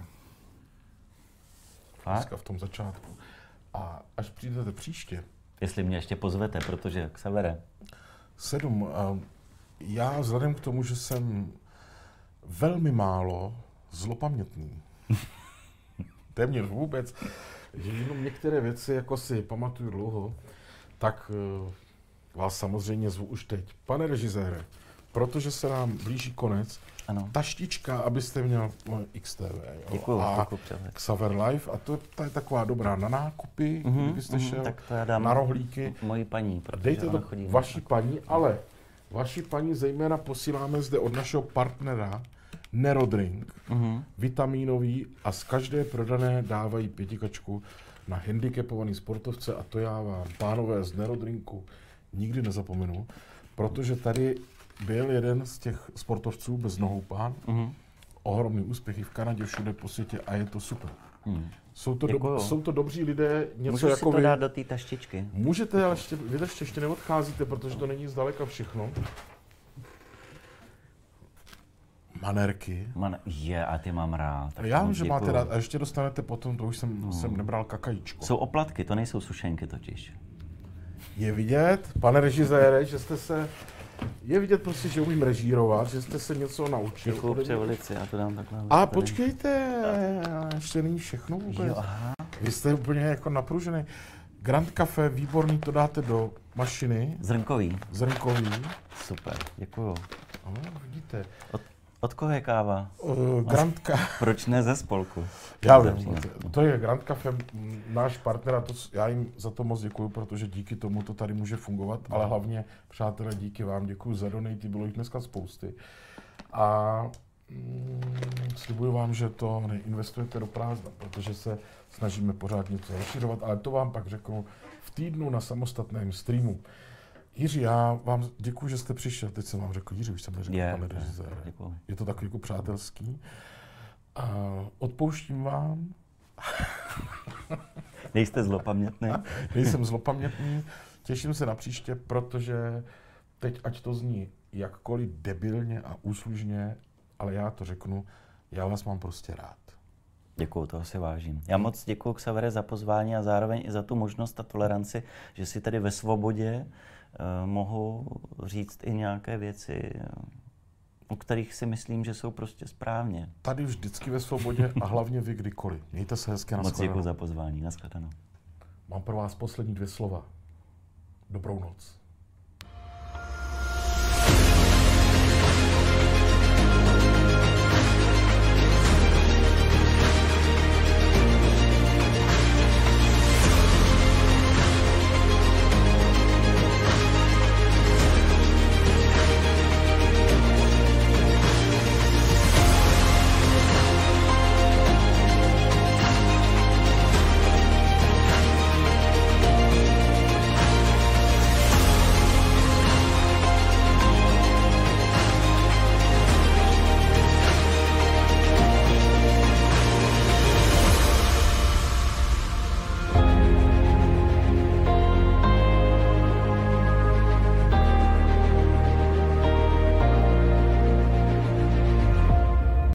Dneska v tom začátku. A až přijdete příště... Jestli mě ještě pozvete, protože Xavere. Sedm. Já vzhledem k tomu, že jsem velmi málo zlopamětný. Téměř vůbec. Že jenom některé věci jako si pamatuju dlouho, tak vás samozřejmě zvu už teď. Pane režisére, protože se nám blíží konec, ano. Taštička, abyste měl X T V. Jo? Děkuju, a děkuju, Xaver Live, a to, to je taková dobrá na nákupy, mm-hmm, kdybyste mm-hmm, šel tak to já dám na rohlíky. Moji paní, dejte to vaší paní, ale vaší paní zejména posíláme zde od našeho partnera Nerodrink, mm-hmm. vitamínový, a z každé prodané dávají pětikačku na handicapovaný sportovce, a to já vám, pánové z Nerodrinku, nikdy nezapomenu, protože tady byl jeden z těch sportovců bez nohou pán, mm-hmm. ohromný úspěchy v Kanadě, všude po světě, a je to super. Mm. Jsou, to do, jsou to dobří lidé, něco Můžu jako si to vy. dát do té taštičky? Můžete, ale ještě, vy ještě, ještě neodcházíte, protože to není zdaleka všechno. Manerky. Man, je, a ty mám rád. Já vím, že máte rád, a ještě dostanete potom, to už jsem, mm. jsem nebral kakajíčko. Jsou oplatky, to nejsou sušenky totiž. Je vidět, pane režisére, že jste se... Je vidět prostě, že umím režírovat, že jste se něco naučil. Děkuju převodici, já to dám takhle. A tady. Počkejte, ještě není všechno vůbec. Jo, aha. Vy jste úplně jako napružený. Grand Café, výborný, to dáte do mašiny. Zrnkový. Zrnkový. Super, děkuju. Ano, vidíte. Od, od koho je káva? Uh, Grand Café. Proč ne ze spolku? Já vím, to je Grand Café, náš partner, a to, já jim za to moc děkuju, protože díky tomu to tady může fungovat, no. Ale hlavně, přátelé, díky vám, děkuju za donaty, bylo jich dneska spousty. A mm, slibuju vám, že to neinvestujete do prázdna, protože se snažíme pořád něco rozšiřovat, ale to vám pak řeknu v týdnu na samostatném streamu. Jiří, já vám děkuji, že jste přišel. Teď jsem vám řekl, Jiří, už jsem neřekl, je, pane režisére. Děkuji. Je to takový jako přátelský. A odpouštím vám. Nejste zlopamětný? Nejsem zlopamětný. Těším se na příště, protože teď, ať to zní jakkoliv debilně a úslužně, ale já to řeknu, já vás mám prostě rád. Děkuju, toho si vážím. Já moc děkuju, Xavere, za pozvání a zároveň i za tu možnost a toleranci, že si tady ve svobodě mohu říct i nějaké věci, o kterých si myslím, že jsou prostě správně. Tady vždycky ve svobodě a hlavně vy kdykoliv. Mějte se hezky, Moc děkuji za pozvání, nashledanou. Mám pro vás poslední dvě slova. Dobrou noc.